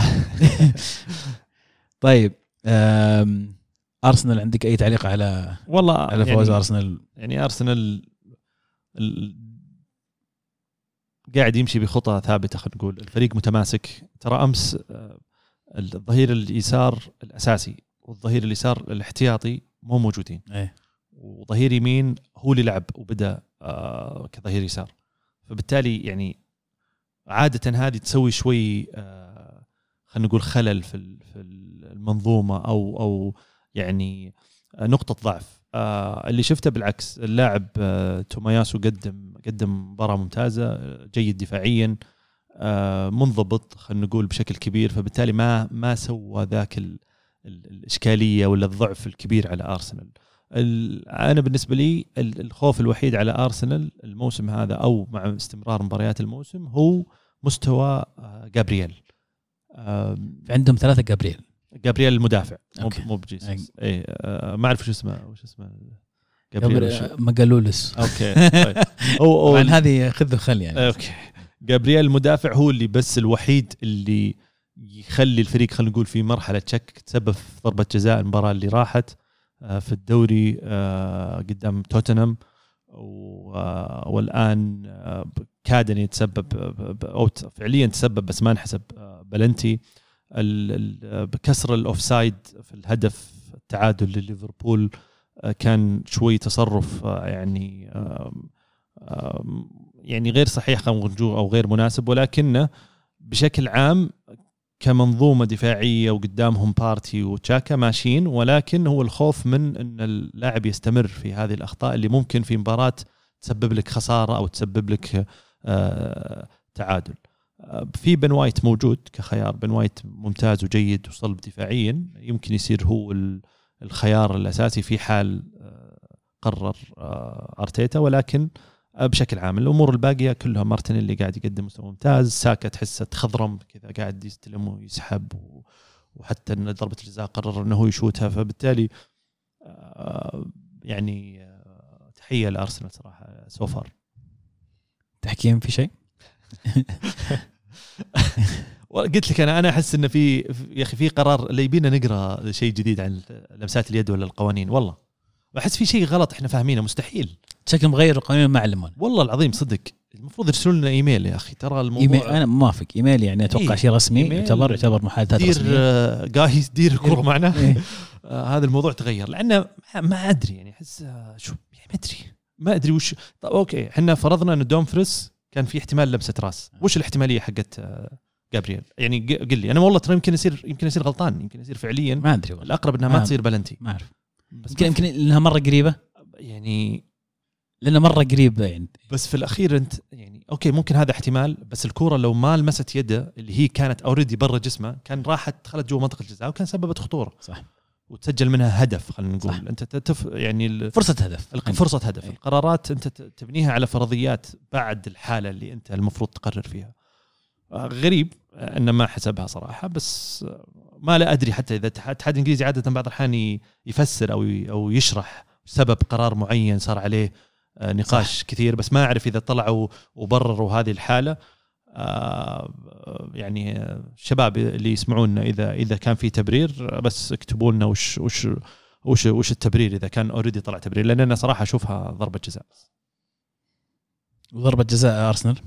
طيب أرسنال عندك أي تعليق على والله على فوز يعني أرسنال؟ يعني أرسنال ال... قاعد يمشي بخطى ثابتة. خلينا نقول الفريق متماسك. ترى أمس الظهير اليسار الأساسي والظهير اليسار الاحتياطي مو موجودين، أيه. وظهير يمين هو اللي لعب وبدأ آه كظهير يسار. فبالتالي يعني عادة هذه تسوي شوي آه خلينا نقول خلل في في المنظومة أو أو يعني نقطة ضعف. آه اللي شفته بالعكس، اللاعب آه تومياسو قدم قدم مباراة ممتازة، جيد دفاعيا، آه منضبط خلينا نقول بشكل كبير. فبالتالي ما ما سوى ذاك الإشكالية ولا الضعف الكبير على أرسنال. أنا بالنسبة لي الخوف الوحيد على أرسنال الموسم هذا أو مع استمرار مباريات الموسم هو مستوى جابرييل. عندهم ثلاثة جابرييل. جابرييل المدافع مو مو بجيسوس. اي ما اعرف شو اسمه وش اسمه جابرييل ماجالولس. اوكي طيب هو طبعا هذه خذ وخل يعني. اوكي جابرييل المدافع هو اللي بس الوحيد اللي يخلي الفريق خلينا نقول في مرحله شك. تسبب في ضربه جزاء المباراه اللي راحت في الدوري قدام توتنهام والان كاد ان يتسبب او فعليا تسبب بس ما انحسب بلنتي. بكسر الاوفسايد في الهدف التعادل لليفربول كان شوي تصرف يعني يعني غير صحيح خلينا نقول او غير مناسب، ولكنه بشكل عام كمنظومه دفاعيه وقدامهم بارتي وتشاكا ماشيين، ولكن هو الخوف من ان اللاعب يستمر في هذه الاخطاء اللي ممكن في مباراه تسبب لك خساره او تسبب لك تعادل. في بن وايت موجود كخيار، بن وايت ممتاز وجيد وصلب دفاعيا، يمكن يصير هو الخيار الأساسي في حال قرر أرتيتا، ولكن بشكل عام الأمور الباقية كلها مارتن اللي قاعد يقدم مستوى ممتاز، ساكا تحسه تخضرم كذا قاعد يستلم ويسحب، وحتى ان ضربة الجزاء قرر انه يشوتها، فبالتالي يعني تحية لأرسنال صراحة سوفار. تحكيم في شيء؟ قلت لك انا انا احس ان في يا اخي في قرار اللي يبينا نقرا شيء جديد عن لمسات اليد ولا القوانين، والله بحس في شيء غلط احنا فاهمينه مستحيل شكل مغير القوانين ما علمون. والله العظيم صدق المفروض يرسلوا لنا ايميل يا اخي، ترى الموضوع إيميل. انا موافق ايميل يعني اتوقع إيه؟ شيء رسمي يعتبر يعتبر محادثات دير رسميه. جايز دير الكره معنا إيه؟ آه هذا الموضوع تغير لانه ما ادري يعني احس شو يعني ما ادري ما ادري وش. طب اوكي احنا فرضنا ان دومفريس كان في احتمال لمسه راس، وش الاحتماليه حقت جابرييل؟ يعني قل لي انا والله ترى يمكن يصير يمكن يصير غلطان، يمكن يصير فعليا ما ادري والله. الاقرب انها ما, ما تصير بلنتي، ما اعرف يمكن يمكن انها مره قريبه يعني لانه مره قريبه يعني. بس في الاخير انت يعني اوكي ممكن هذا احتمال، بس الكوره لو ما لمست يده اللي هي كانت اوريدي برا جسمه كان راحت دخلت جوا منطقه الجزاء وكان سببت خطوره صح، وتسجل منها هدف. خلينا نقول صح. انت تتف يعني فرصه هدف فرصه هدف أي. القرارات انت تبنيها على فرضيات بعد الحاله اللي انت المفروض تقرر فيها. غريب انه ما حسبها صراحه، بس ما لا ادري حتى اذا الاتحاد الانجليزي عاده بعض الاحيان يفسر او او يشرح سبب قرار معين صار عليه نقاش صح. كثير، بس ما اعرف اذا طلعوا وبرروا هذه الحاله. يعني الشباب اللي يسمعونا اذا اذا كان في تبرير بس اكتبوا لنا وش وش وش وش التبرير اذا كان اوريدي طلع تبرير، لان انا صراحه اشوفها ضربه جزاء. وضربه جزاء ارسنال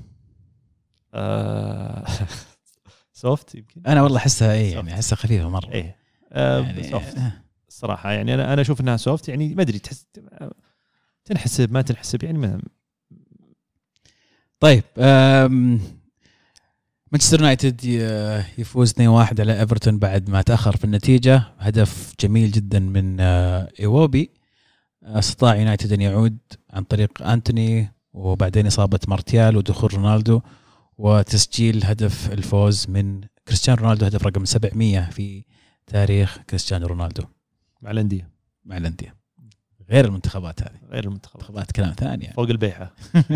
آه سوفت يمكن. انا والله احسها ايه يعني احسها خفيفه مره ايه آه يعني سوفت الصراحه، يعني انا انا اشوف انها سوفت، يعني ما ادري تحس تنحسب ما تنحسب يعني ما. طيب مانشستر يونايتد يفوز اثنين واحد على ايفرتون بعد ما تاخر في النتيجه، هدف جميل جدا من ايوبي. استطاع يونايتد ان يعود عن طريق انتوني وبعدين اصابه مارتيال ودخول رونالدو وتسجيل هدف الفوز من كريستيانو رونالدو، هدف رقم سبعمية في تاريخ كريستيانو رونالدو مع الانديه مع الانديه غير المنتخبات. هذه غير المنتخبات كلام ثاني يعني. فوق البيحه.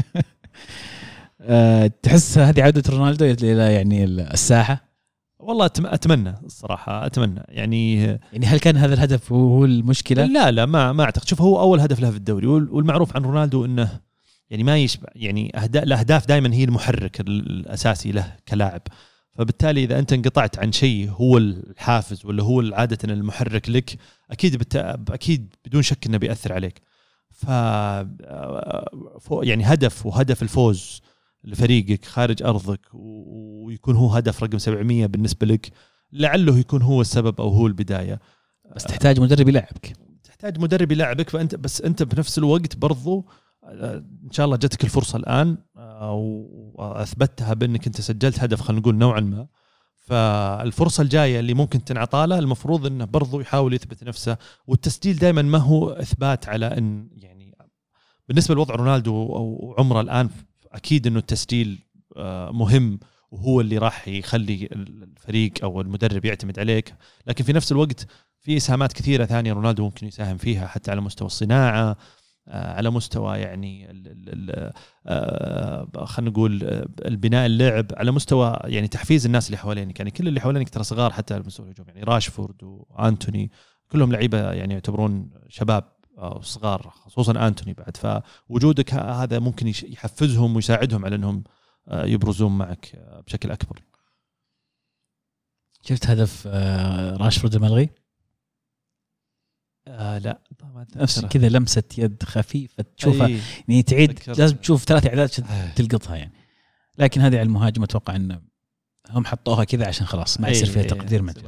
أه تحس هذه عودة رونالدو إلى يعني الساحة؟ والله أتمنى الصراحة أتمنى يعني يعني هل كان هذا الهدف هو المشكلة؟ لا لا ما ما أعتقد. شوف هو أول هدف له في الدوري، والمعروف عن رونالدو إنه يعني ما يشبع يعني الأهداف دائما هي المحرك الأساسي له كلاعب، فبالتالي إذا أنت انقطعت عن شيء هو الحافز ولا هو عادة المحرك لك أكيد بت... أكيد بدون شك إنه بيأثر عليك. ف يعني هدف وهدف الفوز لفريقك خارج أرضك ويكون هو هدف رقم سبعمية بالنسبة لك، لعله يكون هو السبب أو هو البداية. بس تحتاج مدرب يلعبك، تحتاج مدرب يلعبك فأنت بس أنت بنفس الوقت برضو إن شاء الله جتك الفرصة الآن وأثبتها بأنك أنت سجلت هدف خلينا نقول نوعا ما، فالفرصة الجاية اللي ممكن تنعطاله المفروض أنه برضو يحاول يثبت نفسه. والتسجيل دائما ما هو إثبات على أن يعني بالنسبة لوضع رونالدو وعمره الآن أكيد أنه التسجيل مهم وهو اللي راح يخلي الفريق أو المدرب يعتمد عليك، لكن في نفس الوقت في اسهامات كثيره ثانيه رونالدو ممكن يساهم فيها حتى على مستوى الصناعه، على مستوى يعني خلينا نقول البناء اللعب، على مستوى يعني تحفيز الناس اللي حوالينك. يعني كل اللي حوالينك ترى صغار حتى على مستوى الهجوم، يعني راشفورد وأنتوني كلهم لعيبه يعني يعتبرون شباب أو صغار، خصوصا أنتوني بعد. فوجودك هذا ممكن يحفزهم ويساعدهم على أنهم يبرزون معك بشكل أكبر. شفت هدف راشفورد الملغي؟ آه لا نفس كذا لمسة يد خفيفة تشوفها أي. يعني تعيد ذكرت. لازم تشوف ثلاث إعداد تلقطها يعني. لكن هذه على المهاجم أتوقع أن هم حطوها كذا عشان خلاص ما يصير فيها تقدير مجال.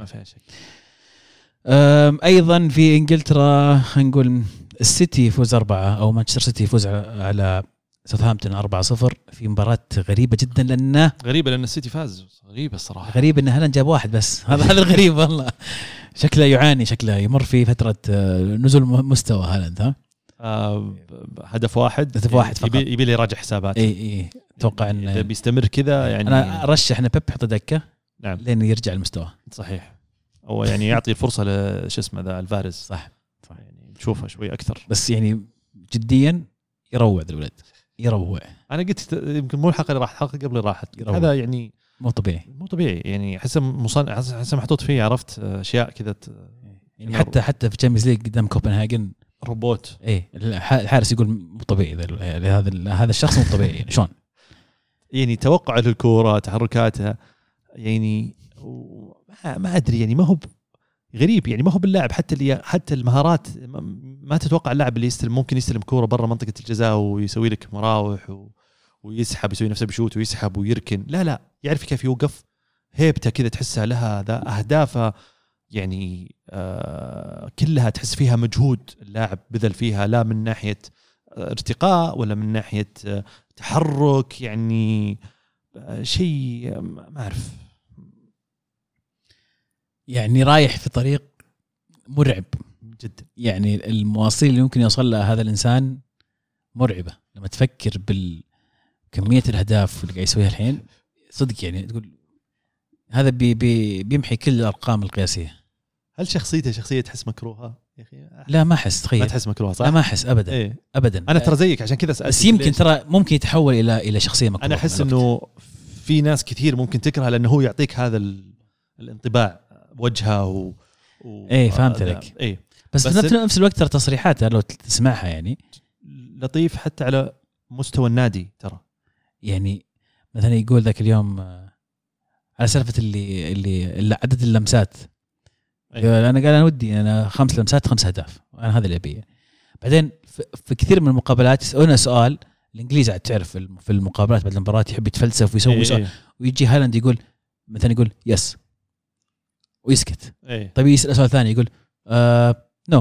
أيضا في إنجلترا نقول السيتي يفوز أربعة أو مانشستر سيتي يفوز على ساوثهامبتون أربعة صفر في مباراة غريبة جدا. لأنه غريبة لأن السيتي فاز. غريبة الصراحة. غريبة إن هالاند جاب واحد بس. هذا هذا الغريب والله. شكله يعاني، شكله يمر في فترة نزول مستوى هالاند. ها آه هدف واحد هدف واحد فقط. يبي, يبي لي يراجع حساباته. اي اي اتوقع ان اذا بيستمر كذا يعني انا ارشح ان بيب يحط دكه نعم لين يرجع المستوى. صحيح. او يعني يعطي الفرصه لش اسمه ذا الفاريز. صح صح يعني نشوفه شوي اكثر. بس يعني جديا يروع ذا الولد يروع. انا قلت يمكن مو الحلقه اللي راحت، الحلقه قبل راحت. هذا يعني مو طبيعي مو طبيعي يعني حسب مصنع حسب محطوط فيه عرفت اشياء كذا يعني حتى حتى في تشامبيونز ليج قدام كوبنهاجن روبوت. ايه الحارس يقول مو طبيعي هذا هذا الشخص مو طبيعي يعني شلون يعني توقع للكوره تحركاتها يعني ما ادري يعني ما هو غريب يعني ما هو باللاعب حتى اللي حتى المهارات ما تتوقع اللاعب اللي يستلم ممكن يستلم كوره برا منطقه الجزاء ويسوي لك مراوح و... ويسحب يسوي نفسه بشوت ويسحب ويركن. لا لا يعرف كيف يوقف، هيبته كذا تحسها لها ذا اهدافها يعني آه كلها تحس فيها مجهود اللاعب بذل فيها، لا من ناحيه ارتقاء ولا من ناحيه آه تحرك يعني آه شيء ما اعرف يعني رايح في طريق مرعب جدا. يعني المواصيل اللي ممكن يوصل لها هذا الانسان مرعبه لما تفكر بالكميه الاهداف اللي قاعد يسويها الحين صدق يعني تقول هذا بي بي بيمحي كل الارقام القياسيه. هل شخصيته شخصيه تحس مكروهه يا اخي؟ لا ما احس. تخيل ما تحس مكروهه صح؟ لا ما احس ابدا. إيه؟ ابدا انا ترى زيك عشان كذا بس يمكن ترى ممكن يتحول الى الى شخصيه مكروهه. انا احس انه في ناس كثير ممكن تكره لانه هو يعطيك هذا الانطباع وجهه و... و... ايه فهمت لك. ايه بس, بس في نفس الوقت ترى تصريحاته لو تسمعها يعني لطيف حتى على مستوى النادي ترى. يعني مثلا يقول ذاك اليوم على سالفه اللي اللي عدد اللمسات. أيه. انا قال انا ودي انا خمس لمسات خمس اهداف انا هذا اللي ابيه. بعدين في كثير من المقابلات يسالونه سؤال الانجليزي عاد تعرف في المقابلات بعد المباراه يحب يتفلسف ويسوي أيه سؤال. ويجي هالاند يقول مثلا يقول يس ويسكت. أيه. طيب يسال سؤال ثاني يقول آه نو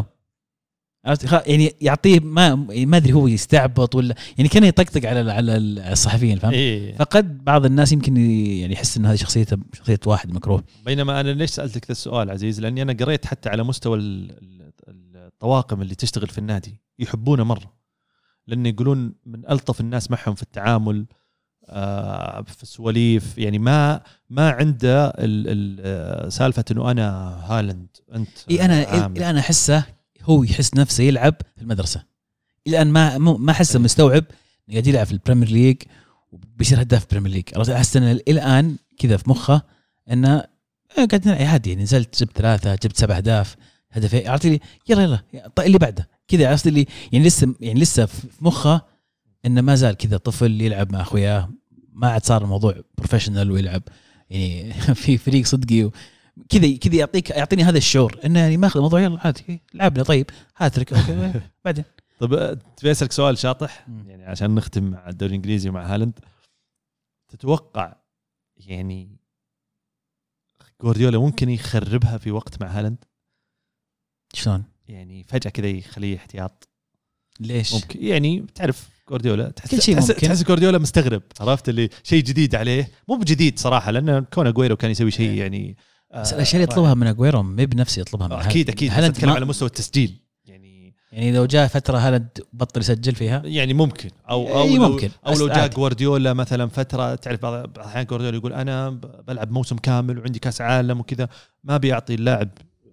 يعني يعطيه ما ما ادري هو يستعبط ولا يعني كان يطقطق على على الصحفيين فاهم. إيه. فقد بعض الناس يمكن يعني يحس انه هذه شخصيته شخصيه واحد مكروه. بينما انا ليش سالتك ذا السؤال عزيز لاني انا قريت حتى على مستوى الطواقم اللي تشتغل في النادي يحبونه مره لان يقولون من الطف الناس معهم في التعامل آه في السواليف يعني ما ما عنده سالفه انه انا هالاند انت إيه انا الى انا احسه هو يحس نفسه يلعب في المدرسة الآن ما ما حس مستوعب قاعد يلعب في البريمير ليج وبيصير هداف البريمير ليج. أحس أن الآن كذا في مخه إنه قاعد نلعب عادي نزلت جبت ثلاثة جبت سبع أهداف هدفين عرفت لي يلا يلا طيب اللي بعده كذا عرفت لي يعني لسه يعني لسه في مخه إنه ما زال كذا طفل يلعب مع أخوياه ما عاد صار الموضوع بروفيشنال ويلعب يعني في فريق صدقي كذا كذا يعطيك يعطيني هذا الشعور انه يعني ماخذ الموضوع يلا عادي لعبنا طيب هاترك اوكي بعدين. طب تبي اسالك سؤال شاطح يعني عشان نختم مع الدوري الانجليزي ومع هالاند. تتوقع يعني غوارديولا ممكن يخربها في وقت مع هالاند؟ شلون يعني فجاه كذا يخليه احتياط؟ ليش ممكن يعني تعرف غوارديولا تحس كل شيء تحس, ممكن. تحس غوارديولا مستغرب عرفت اللي شيء جديد عليه مو بجديد صراحه لانه كون اغويرو كان يسوي شيء يعني بس الاشياء اللي يطلبها من اغويرو ما بنفسه يطلبها من اكيد اكيد هالاند نتكلم على مستوى التسجيل يعني يعني لو جاء فتره هالاند بطل يسجل فيها يعني ممكن او او أي لو ممكن. او لو جاء غوارديولا مثلا فتره تعرف بعض الاحيان غوارديولا يقول انا بلعب موسم كامل وعندي كاس عالم وكذا ما بيعطي اللاعب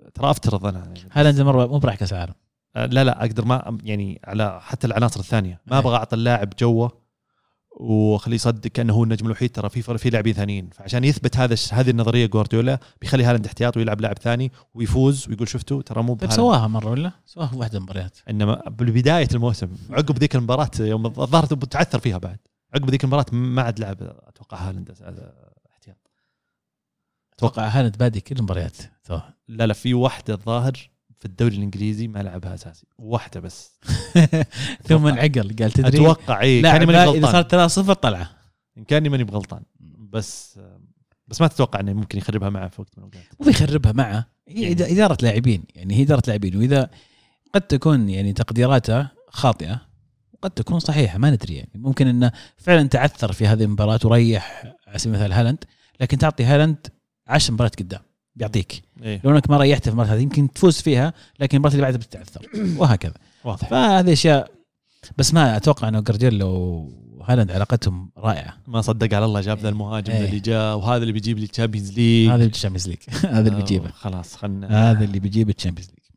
ترى افترض انا يعني هالاند مره مو براح كاس العالم. لا لا اقدر ما يعني على حتى العناصر الثانيه ما ابغى اعطي اللاعب جوه وخليه يصدق كأنه هو النجم الوحيد، ترى في في لاعبين ثانيين. فعشان يثبت هذا هذه النظريه جوارديولا بيخلي هالاند احتياط ويلعب لاعب ثاني ويفوز ويقول شفتوا ترى مو طيب سواها مره ولا سواها في واحده مباريات، انما بالبدايه الموسم عقب ذيك المباراه يوم الظاهر بتعثر فيها بعد عقب ذيك المباراه ما عاد لعب اتوقع هالاند احتياط. اتوقع هالاند بادي كل المباريات. لا لا في واحده الظاهر في الدوري الانجليزي ما لعبها اساسي واحده بس ثم انعقل قال تدري اتوقع اي كاني ماني غلطان اذا صار ثلاثة صفر طلعه ان كاني ماني بغلطان بس بس ما تتوقع انه ممكن يخربها معه في وقت من الاوقات. مو بيخربها معه هي يعني اداره لاعبين يعني هي اداره لاعبين واذا قد تكون يعني تقديراتها خاطئه وقد تكون صحيحه ما ندري يعني ممكن انه فعلا تعثر في هذه المباراه وريح على سبيل المثال هالاند لكن تعطي هالاند عشر مباريات قدام بيعطيك إيه؟ لو انك ما ريحته في المباراه هذه يمكن تفوز فيها لكن المباراه اللي بعدها بتتعثر وهكذا واضح. فهذه اشياء بس ما اتوقع انه جوارديولا وهالاند علاقتهم رائعه. ما صدق على الله جاب ذا المهاجم إيه؟ اللي جاء وهذا اللي بيجيب لي الشامبيونز ليج. هذا الشامبيونز ليج هذا اللي بيجيبه خلاص خلنا هذا اللي بيجيب الشامبيونز ليج.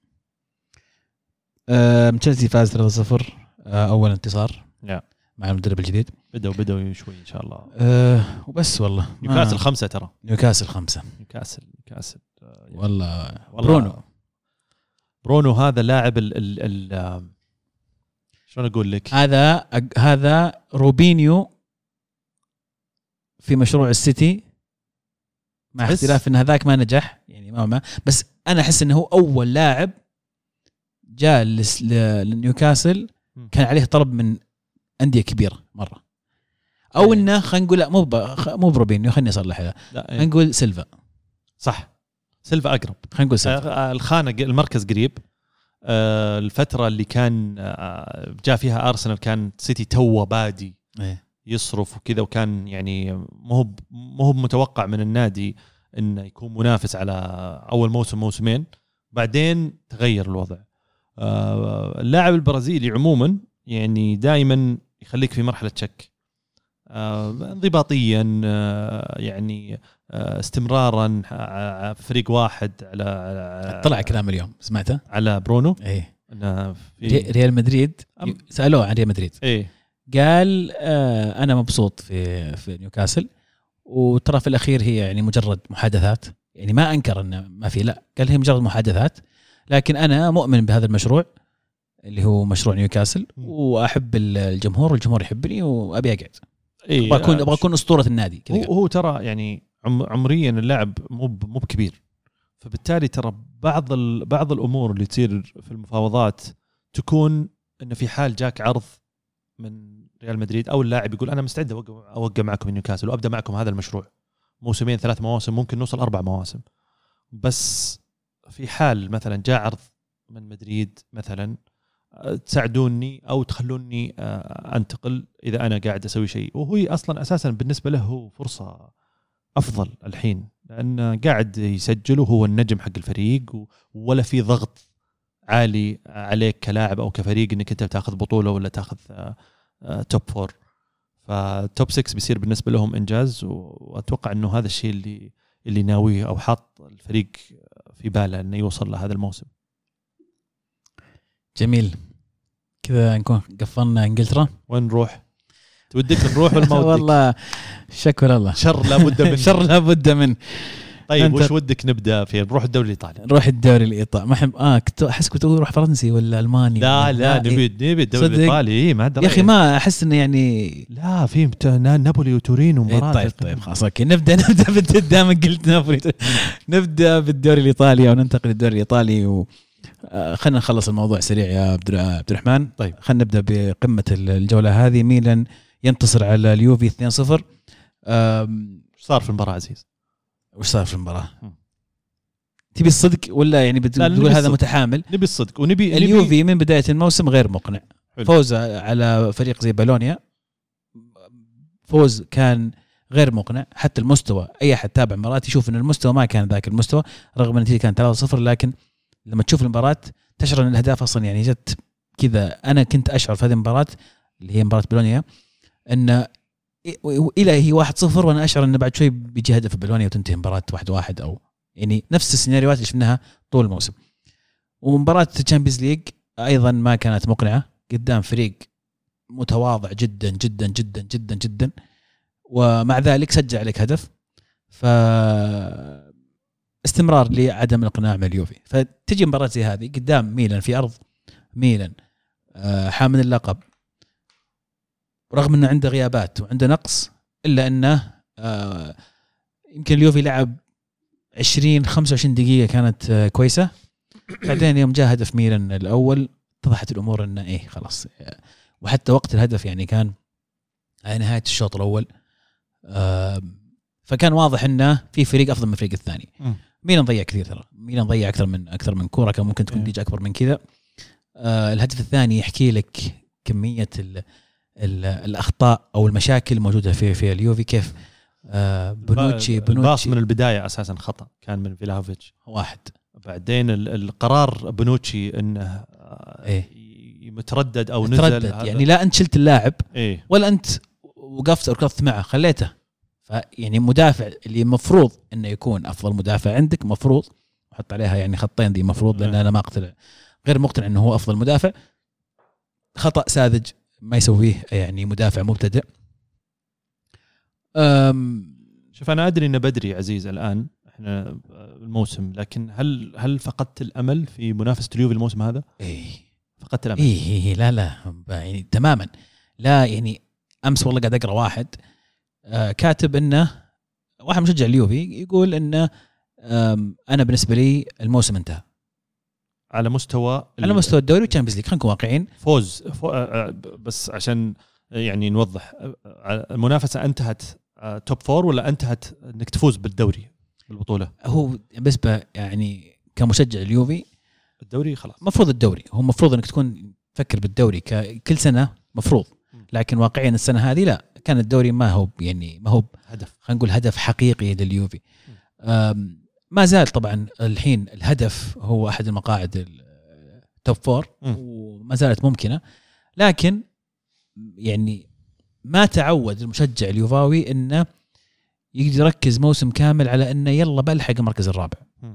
آه تشيلسي فاز ثلاثة صفر آه اول انتصار yeah. مع المدرب الجديد. بدأوا بدأوا شوي ان شاء الله. آه وبس والله نيوكاسل خمسة ترى نيوكاسل خمسة نيوكاسل نيوكاسل يعني والله, والله برونو برونو هذا لاعب ال ال ال شلون اقول لك هذا هذا روبينيو في مشروع السيتي مع اختلاف ان هذاك ما نجح يعني ما, ما بس انا احس انه هو اول لاعب جاء لنيوكاسل كان عليه طلب من انديه كبيره مره او انه خلينا نقول لا مو مو بروبينيو خليني اصلح خلينا نقول سيلفا صح سيلفا اقرب خلينا نقول سيلفا الخانه المركز قريب. الفتره اللي كان جاء فيها ارسنال كان سيتي تو بادي يصرف وكذا وكان يعني مو مو متوقع من النادي انه يكون منافس على اول موسم موسمين بعدين تغير الوضع. اللاعب البرازيلي عموما يعني دائما يخليك في مرحله شك انضباطيا يعني استمرارا في فريق واحد. على طلع كلام اليوم سمعته على برونو ايه ريال مدريد سالوه عن ريال مدريد ايه قال آه انا مبسوط في في نيوكاسل وترى في الاخير هي يعني مجرد محادثات يعني ما انكر انه ما في لا قال هي مجرد محادثات لكن انا مؤمن بهذا المشروع اللي هو مشروع نيوكاسل واحب الجمهور والجمهور يحبني وابي اقعد إيه ابغى اكون ابغى اكون اسطوره النادي كذا. هو, هو ترى يعني عمريا اللاعب مو مو بكبير فبالتالي ترى بعض بعض الامور اللي تصير في المفاوضات تكون انه في حال جاك عرض من ريال مدريد او اللاعب يقول انا مستعد اوقع معكم من نيوكاسل وابدا معكم هذا المشروع موسمين ثلاث مواسم ممكن نوصل اربع مواسم بس في حال مثلا جاء عرض من مدريد مثلا تساعدوني او تخلوني انتقل اذا انا قاعد اسوي شيء وهو اصلا اساسا بالنسبه له هو فرصه افضل الحين لان قاعد يسجل وهو النجم حق الفريق ولا في ضغط عالي عليك كلاعب او كفريق انك انت بتاخذ بطوله ولا تاخذ توب فور. فتوب ستة بيصير بالنسبه لهم انجاز واتوقع انه هذا الشيء اللي اللي ناويه او حاط الفريق في باله انه يوصل لهذا الموسم. جميل كذا نكون قفلنا انجلترا. وين نروح؟ تودك نروح ولا ما ودك؟ والله شكرا الله شر لابد منه شر لابد منه. طيب وش ودك نبدا فيه؟ نروح الدوري الايطالي. نروح الدوري الايطالي ما احب اه كنت احس كنت اقول روح فرنسي ولا الماني. لا لا نبي نبي الدوري الايطالي ايه ما ادري يا اخي ما احس انه يعني لا في نابولي وتورينو مباراه. طيب طيب خلاص اوكي نبدا نبدا بالدام قلت نابولي نبدا بالدوري الايطالي او ننتقل للدوري الايطالي و خلينا نخلص الموضوع سريع يا عبد الرحمن. طيب خلينا نبدا بقمه الجوله هذه. ميلان ينتصر على اليوفي اثنين صفر. ايش صار في المباراه عزيز؟ وش صار في المباراه؟ تبي الصدق ولا يعني بتقول هذا متحامل؟ نبي الصدق ونبي اليوفي من بدايه الموسم غير مقنع. فوز على فريق زي بالونيا فوز كان غير مقنع. حتى المستوى اي احد تابع مباراه يشوف ان المستوى ما كان ذاك المستوى رغم ان النتيجه كانت ثلاثة صفر لكن لما تشوف المباراه تشعر ان الاهداف اصلا يعني جت كذا. انا كنت اشعر في هذه المباراه اللي هي مباراه بالونيا ان الى هي واحد صفر وانا اشعر ان بعد شوي بيجي هدف بالونيا وتنتهي مباراه واحد واحد او يعني نفس السيناريوهات اللي شفناها طول الموسم. ومباراة الشامبيونز ليج أيضا ما كانت مقنعة قدام فريق متواضع جدا جدا جدا جدا جدا، ومع ذلك سجل عليك هدف. ف استمرار لعدم الإقناع من اليوفي. فتجي مباراة زي هذه قدام ميلان في أرض ميلان حامل اللقب، رغم أنه عنده غيابات وعنده نقص، إلا أنه يمكن اليوفي لعب عشرين خمسة وعشرين دقيقة كانت كويسة. بعدين يوم جاء هدف ميلان الأول اتضحت الأمور أنه إيه خلاص. وحتى وقت الهدف يعني كان على نهاية الشوط الأول، فكان واضح أنه في فريق أفضل من الفريق الثاني. م. ميلان ضيع كثير، ترى ميلان ضيع أكثر من أكثر من كورة كان ممكن تكون نتيجة أكبر من كذا. آه الهدف الثاني يحكي لك كمية ال ال الأخطاء أو المشاكل الموجودة في في اليوفي. كيف آه بنوتشي بنوتشي الباص من البداية أساسا خطأ كان من فيلاهوفيتش واحد. بعدين القرار بنوتشي إنه آه إيه؟ متردد أو نزل يعني لا أنت شلت اللاعب إيه؟ ولا أنت وقفت أو ركضت معه خليته. فيعني مدافع اللي مفروض إنه يكون أفضل مدافع عندك، مفروض أحط عليها يعني خطين دي مفروض، لأن أنا ما أقتنع غير مقتنع إنه هو أفضل مدافع. خطأ ساذج ما يسويه يعني مدافع مبتدئ. شوف أنا أدري إنه بدري عزيز الآن إحنا الموسم، لكن هل هل فقدت الأمل في منافسة اليوفي الموسم هذا؟ إيه فقدت الأمل. إيه, إيه لا لا يعني تماما لا. يعني أمس والله قاعد أقرأ واحد آه كاتب إنه واحد مشجع اليوفي يقول إنه أنا بالنسبة لي الموسم انتهى على مستوى على مستوى الدوري والتشامبيونز ليج. خلينا نكون واقعيين. فوز فو بس عشان يعني نوضح، المنافسة انتهت توب فور ولا انتهت انك تفوز بالدوري بالبطولة؟ هو بالنسبة يعني كمشجع اليوفي الدوري خلاص مفروض الدوري، هو مفروض انك تكون تفكر بالدوري كل سنة مفروض، لكن واقعيا السنة هذه لا، كان الدوري ما هو يعني ما هو هدف، خلينا نقول هدف حقيقي لليوفي. ما زال طبعا الحين الهدف هو أحد المقاعد التوب فور وما زالت ممكنة، لكن يعني ما تعود المشجع اليوفاوي إنه يقدر يركز موسم كامل على إنه يلا بلحق المركز الرابع.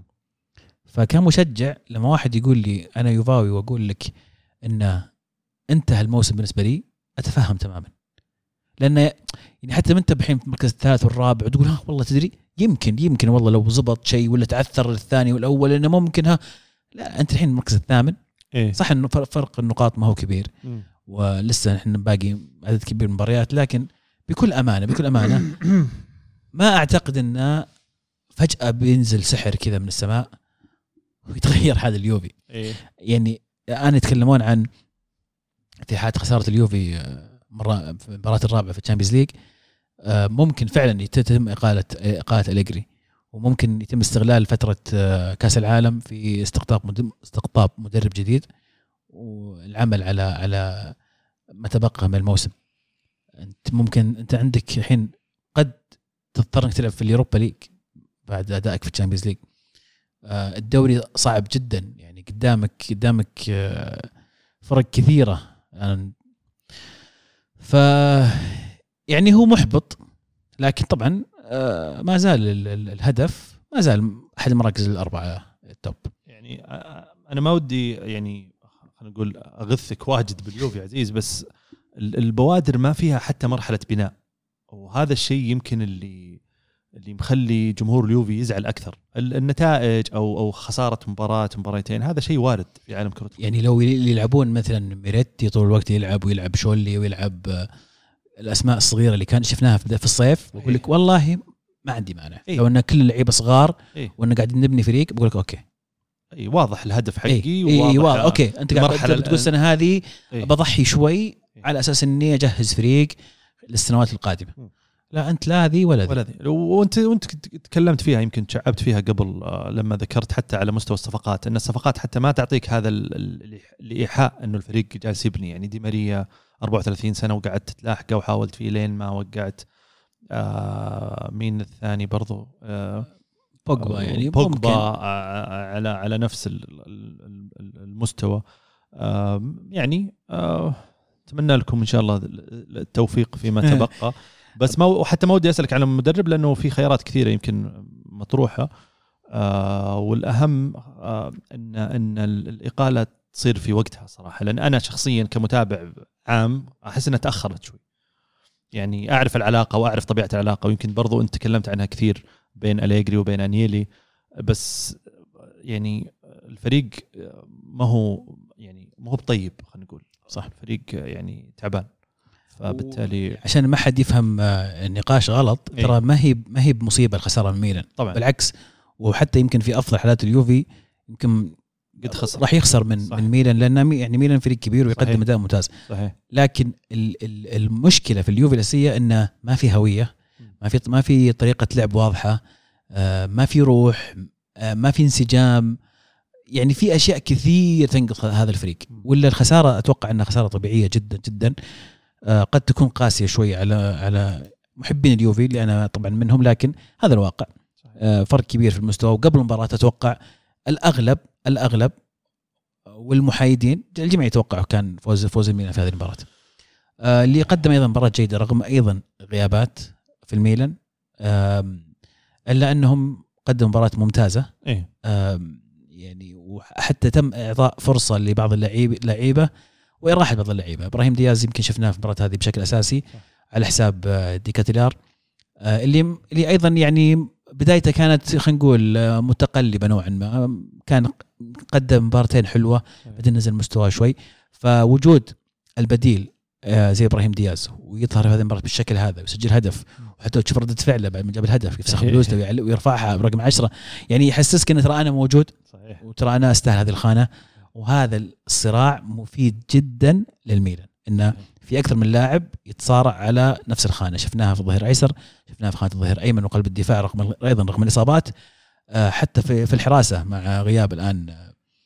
فكمشجع لما واحد يقول لي أنا يوفاوي وأقول لك إنه انتهى الموسم بالنسبة لي، أتفهم تماما، لأن يعني حتى من أنت بحين في المركز الثالث والرابع وتقول ها والله تدري يمكن يمكن والله لو زبط شيء ولا تعثر الثاني والأول إنه ممكن ها، لا أنت الحين المركز الثامن. إيه؟ صح إنه فرق النقاط ما هو كبير م. ولسه نحن باقي عدد كبير من المباريات، لكن بكل أمانة بكل أمانة ما أعتقد إنه فجأة بينزل سحر كذا من السماء ويتغير هذا اليوفي. إيه؟ يعني الآن يتكلمون عن في حالة خسارة اليوفي مرة في المباراة الرابعة في الشامبيونز ليج ممكن فعلا يتم إقالة إقالة أليجري، وممكن يتم استغلال فترة كأس العالم في استقطاب استقطاب مدرب جديد والعمل على على ما تبقى من الموسم. أنت ممكن أنت عندك الحين قد تضطر إنك تلعب في اليوروبا ليج بعد أدائك في الشامبيونز ليج. الدوري صعب جدا، يعني قدامك قدامك فرق كثيرة يعني، ف يعني هو محبط، لكن طبعا ما زال الهدف ما زال أحد المراكز الأربعة التوب. يعني أنا ما ودي يعني خلينا نقول أغثك واجد باليوفي عزيز، بس البوادر ما فيها حتى مرحلة بناء، وهذا الشيء يمكن اللي اللي مخلي جمهور اليوفي يزعل أكثر. النتائج أو أو خسارة مباراة مباراتين هذا شيء وارد في عالم كرة القدم. يعني لو يلعبون مثلا ميريتي طول الوقت يلعب ويلعب شولي ويلعب الأسماء الصغيرة اللي كان شفناها في الصيف، بقول لك والله ما عندي مانع. إيه؟ لو أن كل اللعيبة صغار إيه؟ وأن قاعدين نبني فريق بقول لك أوكي. أي واضح الهدف حقي. إيه؟ وواضح إيه واضح. أوكي أنت قاعد تقول السنة هذه إيه؟ بضحي شوي إيه؟ على أساس إني أجهز فريق للسنوات القادمة. م. لا أنت لا ذي ولا ذي ولا ذي. وأنت وأنت تكلمت فيها يمكن شعبت فيها قبل لما ذكرت حتى على مستوى الصفقات، أن الصفقات حتى ما تعطيك هذا الإيحاء إنه الفريق جالس يبني. يعني دي ماريا أربعة وثلاثين سنة وقعدت تلاحقه وحاولت فيه لين ما وقعت. آه مين الثاني برضو آه بوجبا، يعني بوجبا على على نفس المستوى. آه يعني آه أتمنى لكم إن شاء الله التوفيق فيما تبقى. بس ما وحتى ما ودي أسألك عن المدرب لأنه في خيارات كثيرة يمكن مطروحة. آه والاهم آه ان ان الاقاله تصير في وقتها صراحه، لان انا شخصيا كمتابع عام احس انها تاخرت شوي. يعني اعرف العلاقه واعرف طبيعه العلاقه، ويمكن برضو انت تكلمت عنها كثير بين أليجري وبين أنيلي، بس يعني الفريق ما هو يعني ما هو بطيب، خلينا نقول صح، الفريق يعني تعبان. فبالتالي عشان ما حد يفهم النقاش غلط، إيه؟ ترى ما هي ما هي بمصيبه الخساره من ميلان طبعا، بالعكس. وحتى يمكن في افضل حالات اليوفي يمكن قد خسر، راح يخسر من صحيح. من ميلان، لان يعني ميلان فريق كبير ويقدم اداء ممتاز صحيح. لكن المشكله في اليوفي الاساسيه انه ما في هويه، ما في ما في طريقه لعب واضحه، ما في روح، ما في انسجام. يعني في اشياء كثير تنقص هذا الفريق. ولا الخساره اتوقع انها خساره طبيعيه جدا جدا، قد تكون قاسيه شوي على على محبين اليوفي اللي انا طبعا منهم، لكن هذا الواقع. فرق كبير في المستوى. وقبل المباراه اتوقع الاغلب الاغلب والمحايدين الجميع يتوقعوا كان فوز فوز الميلان في هذه المباراه، اللي قدم ايضا مباراه جيده رغم ايضا غيابات في الميلان، الا انهم قدموا مباراه ممتازه. إيه؟ يعني وحتى تم اعطاء فرصه لبعض اللعيبه وإراحة بعض اللعيبه. ابراهيم دياز يمكن شفناه في المباراه هذه بشكل اساسي على حساب ديكاتيلار، اللي اللي ايضا يعني بدايته كانت خلينا نقول متقلبه نوعا ما، كان قدم مباراتين حلوه بعدين نزل مستواه شوي. فوجود البديل زي ابراهيم دياز ويظهر في هذه المباراه بالشكل هذا ويسجل هدف، وحتى تشوف رده فعله بعد ما جاب الهدف يفسخ بلوزته ويرفعها برقم عشرة، يعني يحسسك ان ترى انا موجود صحيح. وترى انا استاهل هذه الخانه. وهذا الصراع مفيد جدا للميلان، انه في اكثر من لاعب يتصارع على نفس الخانه. شفناها في الظهير ايسر، شفناها في خانه الظهير ايمن وقلب الدفاع رغم ايضا رغم الاصابات، حتى في في الحراسه مع غياب الان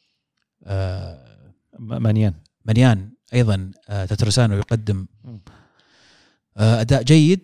مانيان مانيان ايضا تترسانو يقدم اداء جيد.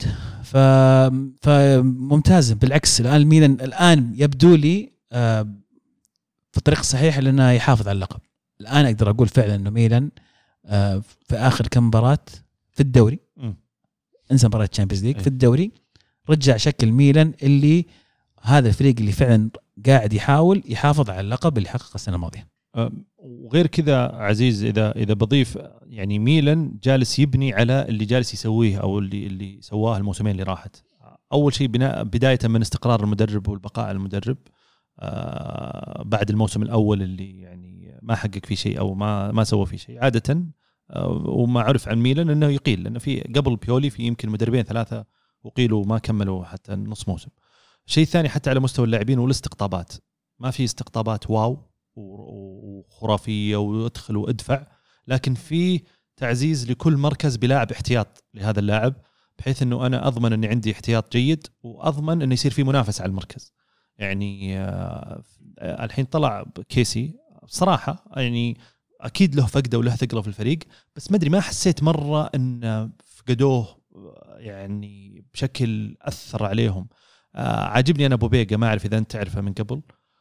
فممتاز بالعكس. الان الميلان الان يبدو لي في الطريق الصحيح لانه يحافظ على اللقب. الان اقدر اقول فعلا انه ميلان في اخر كم مباراه في الدوري، انسى مباراه الشامبيونز ليج، في الدوري رجع شكل ميلان اللي هذا الفريق اللي فعلا قاعد يحاول يحافظ على اللقب اللي حققه السنه الماضيه. وغير كذا عزيز، اذا اذا بضيف يعني ميلان جالس يبني على اللي جالس يسويه او اللي اللي سواه الموسمين اللي راحت. اول شيء بناء بدايه من استقرار المدرب والبقاء على المدرب آه بعد الموسم الاول اللي يعني ما حقق فيه شيء او ما ما سوى فيه شيء عاده. آه وما عرف عن ميلان انه يقيل، لانه في قبل بيولي في يمكن مدربين ثلاثه وقيلوا ما كملوا حتى نص موسم. الشيء الثاني حتى على مستوى اللاعبين والاستقطابات، ما في استقطابات واو وخرافيه وادخل وادفع، لكن في تعزيز لكل مركز بلاعب احتياط لهذا اللاعب، بحيث انه انا اضمن اني عندي احتياط جيد واضمن انه يصير في منافسه على المركز. يعني آه الحين طلع كيسي صراحه، يعني اكيد له فقده وله ثقله في الفريق، بس ما ادري ما حسيت مره ان فقدوه يعني بشكل اثر عليهم. آه عاجبني انا ابو بيجا، ما اعرف اذا انت تعرفه من قبل،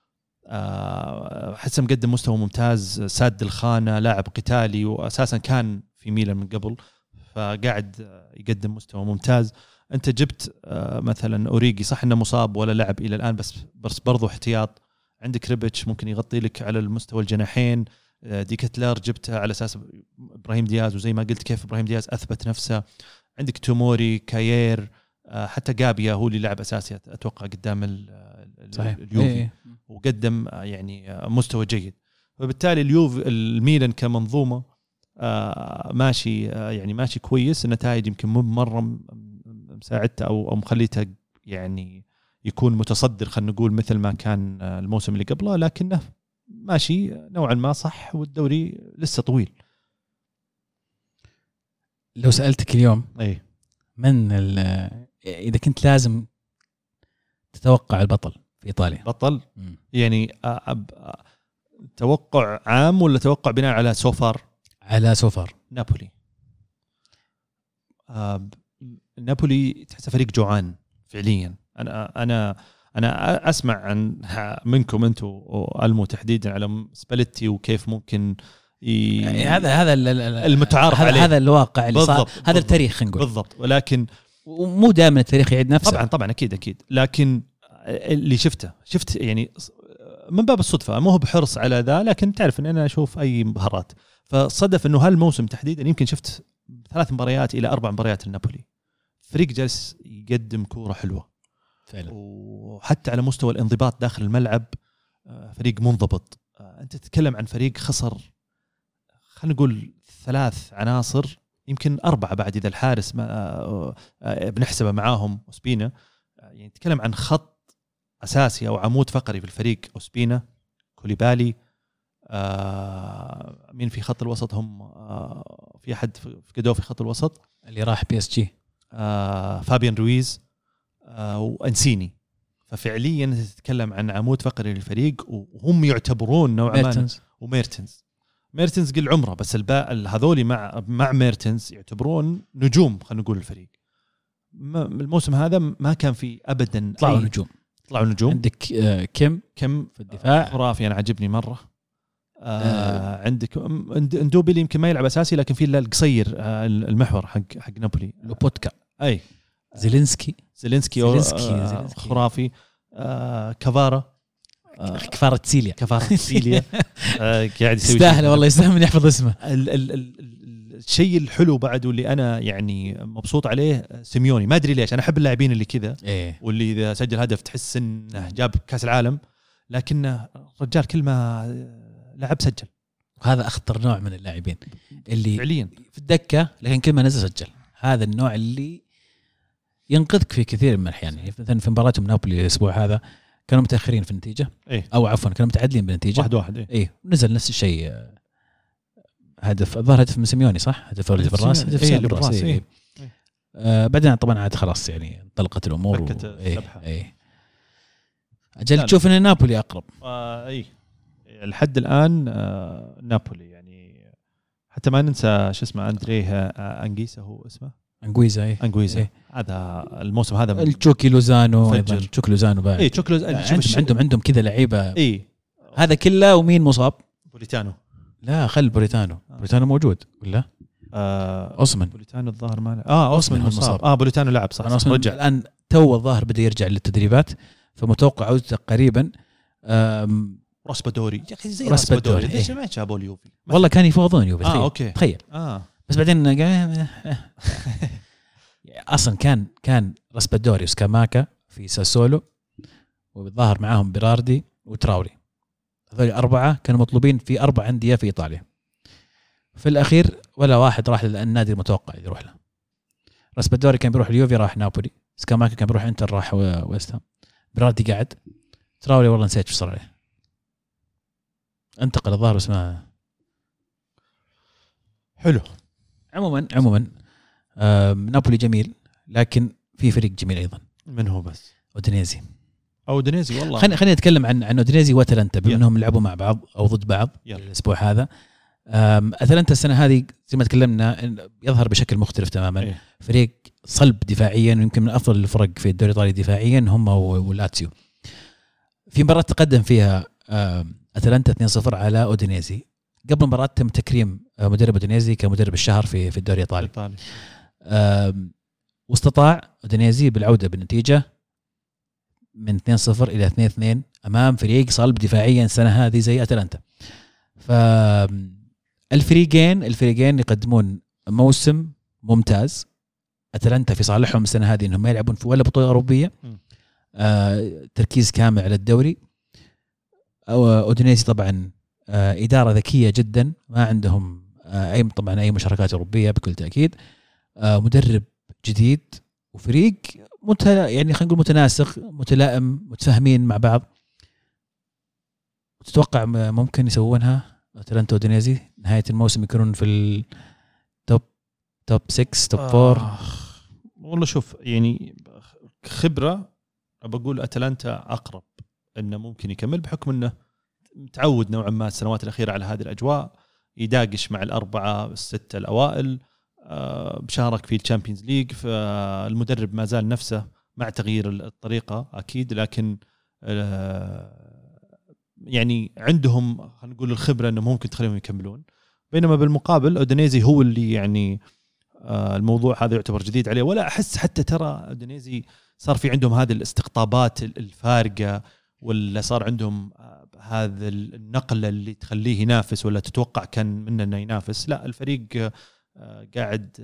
أحسه مقدم مستوى ممتاز، ساد الخانة، لاعب قتالي وأساسا كان في ميلان من قبل، فقاعد يقدم مستوى ممتاز. أنت جبت مثلا أوريجي، صح إنه مصاب ولا لعب إلى الآن، بس بس برضو احتياط. عندك ريبيتش ممكن يغطي لك على المستوى الجناحين، ديكاتلار جبتها على أساس إبراهيم دياز، وزي ما قلت كيف إبراهيم دياز أثبت نفسه. عندك توموري، كاير، حتى جابيا هو اللي لعب أساسي أتوقع قدام اليوفي إيه. وقدم يعني مستوى جيد. وبالتالي اليوف الميلان كمنظومة ماشي يعني ماشي كويس. النتائج يمكن مو مرة مساعدته أو أو مخليته يعني يكون متصدر، خلينا نقول مثل ما كان الموسم اللي قبله، لكنه ماشي نوعا ما صح، والدوري لسه طويل. لو سألتك اليوم أي من إذا كنت لازم تتوقع البطل في إيطاليا، بطل م. يعني أب... توقع عام ولا توقع بناء على سوفار؟ على سوفار نابولي. أب... نابولي تحس فريق جوعان فعليا. أنا أنا أنا أسمع عن منكم أنتم وألمو تحديدا على سباليتي وكيف ممكن ي... يعني هذا هذا المتعارف عليه، هذا الواقع اللي صار، هذا التاريخ نقول بالضبط. ولكن ومو دائما التاريخ يعيد نفسه. طبعا طبعا أكيد أكيد، لكن اللي شفته شفت يعني من باب الصدفه، مو هو بحرص على ذا، لكن تعرف ان انا اشوف اي مباراه. فصدف انه هالموسم تحديدا يمكن شفت ثلاث مباريات الى اربع مباريات لنابولي، فريق جالس يقدم كوره حلوه فعلا، وحتى على مستوى الانضباط داخل الملعب فريق منضبط. انت تتكلم عن فريق خسر خلينا نقول ثلاث عناصر، يمكن اربعه بعد اذا الحارس ما بنحسبه معاهم أوسبينا. يعني تتكلم عن خط اساسي او عمود فقري في الفريق، أوسبينا، كوليبالي، آه مين في خط الوسط؟ هم آه في احد في كدو في خط الوسط اللي راح بي اس جي، آه فابيان رويز، آه وانسيني. ففعليا تتكلم عن عمود فقري للفريق، وهم يعتبرون نوعا ما، وميرتنز ميرتنز قل عمره، بس الباء هذولي مع مع ميرتنز يعتبرون نجوم خلينا نقول الفريق. الموسم هذا ما كان في ابدا طلعوا نجوم، طلعوا نجوم. عندك آه كم كم في الدفاع خرافي، انا عجبني مره. آه آه عندك اندوبيلي يمكن ما يلعب اساسي، لكن في القصير آه المحور حق حق نابولي، لوبوتكا، اي زيلينسكي زيلينسكي, زيلينسكي, آه زيلينسكي. خرافي. آه كفارا آه كفارة سيليا كفارة سيليا آه قاعد يسوي يستاهل والله، يستاهل من يحفظ اسمه. ال ال ال الشيء الحلو بعد واللي انا يعني مبسوط عليه سيميوني، ما ادري ليش انا احب اللاعبين اللي كذا إيه. واللي اذا سجل هدف تحس انه جاب كاس العالم، لكنه رجال كل ما لعب سجل. وهذا اخطر نوع من اللاعبين اللي فعليا في الدكه، لكن كل ما نزل سجل. هذا النوع اللي ينقذك في كثير من الاحيان. يعني مثلا في مباراتهم نابولي الاسبوع هذا كانوا متاخرين في النتيجه، إيه؟ او عفوا كانوا متعادلين بالنتيجه واحد واحد. ايه, إيه. نزل نفس الشيء، هدف الظاهر هدف من سيميوني صح، هدف اللي بالراس، هدف إيه بالراس. إيه. إيه. إيه. آه بعدين طبعا عاد خلاص يعني انطلقت الامور و... إيه. إيه. اجل تشوف ان نابولي اقرب. آه اي لحد الان آه نابولي يعني، حتى ما ننسى شو اسمه اندريه آه انجيسا، هو اسمه انجويزا. إيه. انجويزا. إيه. هذا الموسم هذا التشوكي لوزانو، تشوكي لوزانو بعد. اي تشوكي لوزانو عندهم عندهم, عندهم كذا لعيبه. اي هذا كله. ومين مصاب؟ بوليتانو. لا خل بوليتانو. آه. بوليتانو موجود ولا؟ آه اوسمان. بوليتانو الظاهر ما اه اوسمان مصاب. اه بوليتانو لعب صح, صح. رجع الان تو الظاهر بدا يرجع للتدريبات، فمتوقع عودته قريبا. راسبادوري يا اخي زي راسبادوري ليش ما جابوا اليوفي؟ والله كان يفوضون يوفي. اه اوكي تخيل. اه بس بعدين اصلا كان كان راسبادوري وسكاماكا في ساسولو، وبالظاهر معاهم بيراردي وتراوري. هذول أربعة كانوا مطلوبين في أربع أندية في إيطاليا. في الأخير ولا واحد راح للنادي المتوقع يروح له. راسبادوري كان بيروح اليوفي راح نابولي، سكاماكا كان بيروح انتر راح ويست هام، بيراردي قاعد، تراوري والله نسيت شو صار عليه، انتقل الظاهر اسمه. حلو. عموما عموما نابولي جميل، لكن في فريق جميل أيضا. من هو بس؟ أودينيزي. أو أودينيزي والله. خلينا خلينا نتكلم عن عن أودينيزي وأتلانتا، بما أنهم لعبوا مع بعض أو ضد بعض يلا. الأسبوع هذا أتلانتا السنة هذه زي ما تكلمنا يظهر بشكل مختلف تماما. إيه؟ فريق صلب دفاعيا، ويمكن من أفضل الفرق في الدوري الإيطالي دفاعيا هم ولاتسيو. في مباراة تقدم فيها أتلانتا اثنين صفر على أودينيزي. قبل مباراة تم تكريم مدرب أودينيزي كمدرب الشهر في في الدوري الإيطالي. واستطاع أودينيزي بالعودة بالنتيجة من اثنين صفر إلى اثنين اثنين أمام فريق صلب دفاعيا السنة هذه زي أتلانتا. فالفريقين الفريقين يقدمون موسم ممتاز. أتلانتا في صالحهم السنة هذه إنهم ما يلعبون في ولا بطولة أوروبية، آه تركيز كامل على الدوري. أودينيزي طبعا آه إدارة ذكية جدا، ما عندهم آه أي طبعا أي مشاركات أوروبية بكل تأكيد. آه مدرب جديد وفريق مت يعني خلينا نقول متناسق متلائم متفاهمين مع بعض. تتوقع ممكن يسوونها أتلانتا أودينيزي نهاية الموسم يكونون في التوب توب ستة توب أربعة؟ آه والله شوف يعني خبرة بقول أتلانتا أقرب إنه ممكن يكمل، بحكم إنه متعود نوعا ما السنوات الأخيرة على هذه الأجواء، يداقش مع الأربعة الستة الأوائل، آه بشارك في الشامبيونز ليج. فالمدرب ما زال نفسه مع تغيير الطريقة أكيد، لكن آه يعني عندهم خلينا نقول الخبرة إنه ممكن تخليهم يكملون. بينما بالمقابل أودينيزي هو اللي يعني الموضوع هذا يعتبر جديد عليه، ولا أحس حتى ترى أودينيزي صار في عندهم هذه الاستقطابات الفارقة، ولا صار عندهم هذا النقلة اللي تخليه ينافس ولا تتوقع كان منه انه ينافس. لا، الفريق قاعد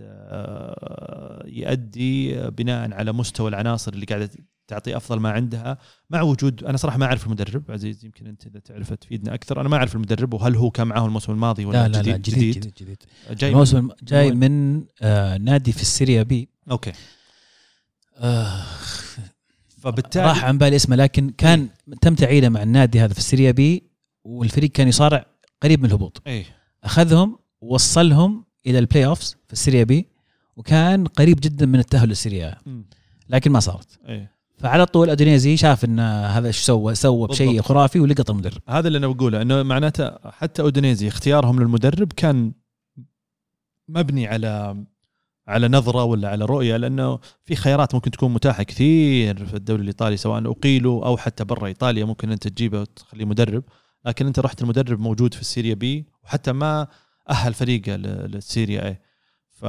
يؤدي بناء على مستوى العناصر اللي قاعدة تعطي أفضل ما عندها، مع وجود، أنا صراحة ما أعرف المدرب عزيز، يمكن أنت إذا تعرف تفيدنا أكثر. أنا ما أعرف المدرب، وهل هو كان معه الموسم الماضي ولا لا لا جديد, لا جديد, جديد, جديد, جديد. جاي الموسم من جاي من آه نادي في السيريا بي. أوكي. آه فبالتالي راح عن بالي اسمه، لكن كان إيه؟ تم تعيينه مع النادي هذا في السيريا بي، والفريق كان يصارع قريب من الهبوط. إيه؟ أخذهم ووصلهم إلى البلاي أوفز في السيريا بي، وكان قريب جدا من التأهل للسيريا، لكن ما صارت. إيه؟ فعلى طول أودينيزي شاف إن هذا ايش سوى سوى بشيء خرافي ولقط المدرب. هذا اللي أنا بقوله، إنه معناته حتى أودينيزي اختيارهم للمدرب كان مبني على على نظرة ولا على رؤية، لأنه في خيارات ممكن تكون متاحة كثير في الدوري الإيطالي، سواء أقيلوا أو حتى برا إيطاليا ممكن أنت تجيبه وتخليه مدرب، لكن أنت رحت المدرب موجود في السيريا بي، وحتى ما أهل فريقه للسيريا اي. ف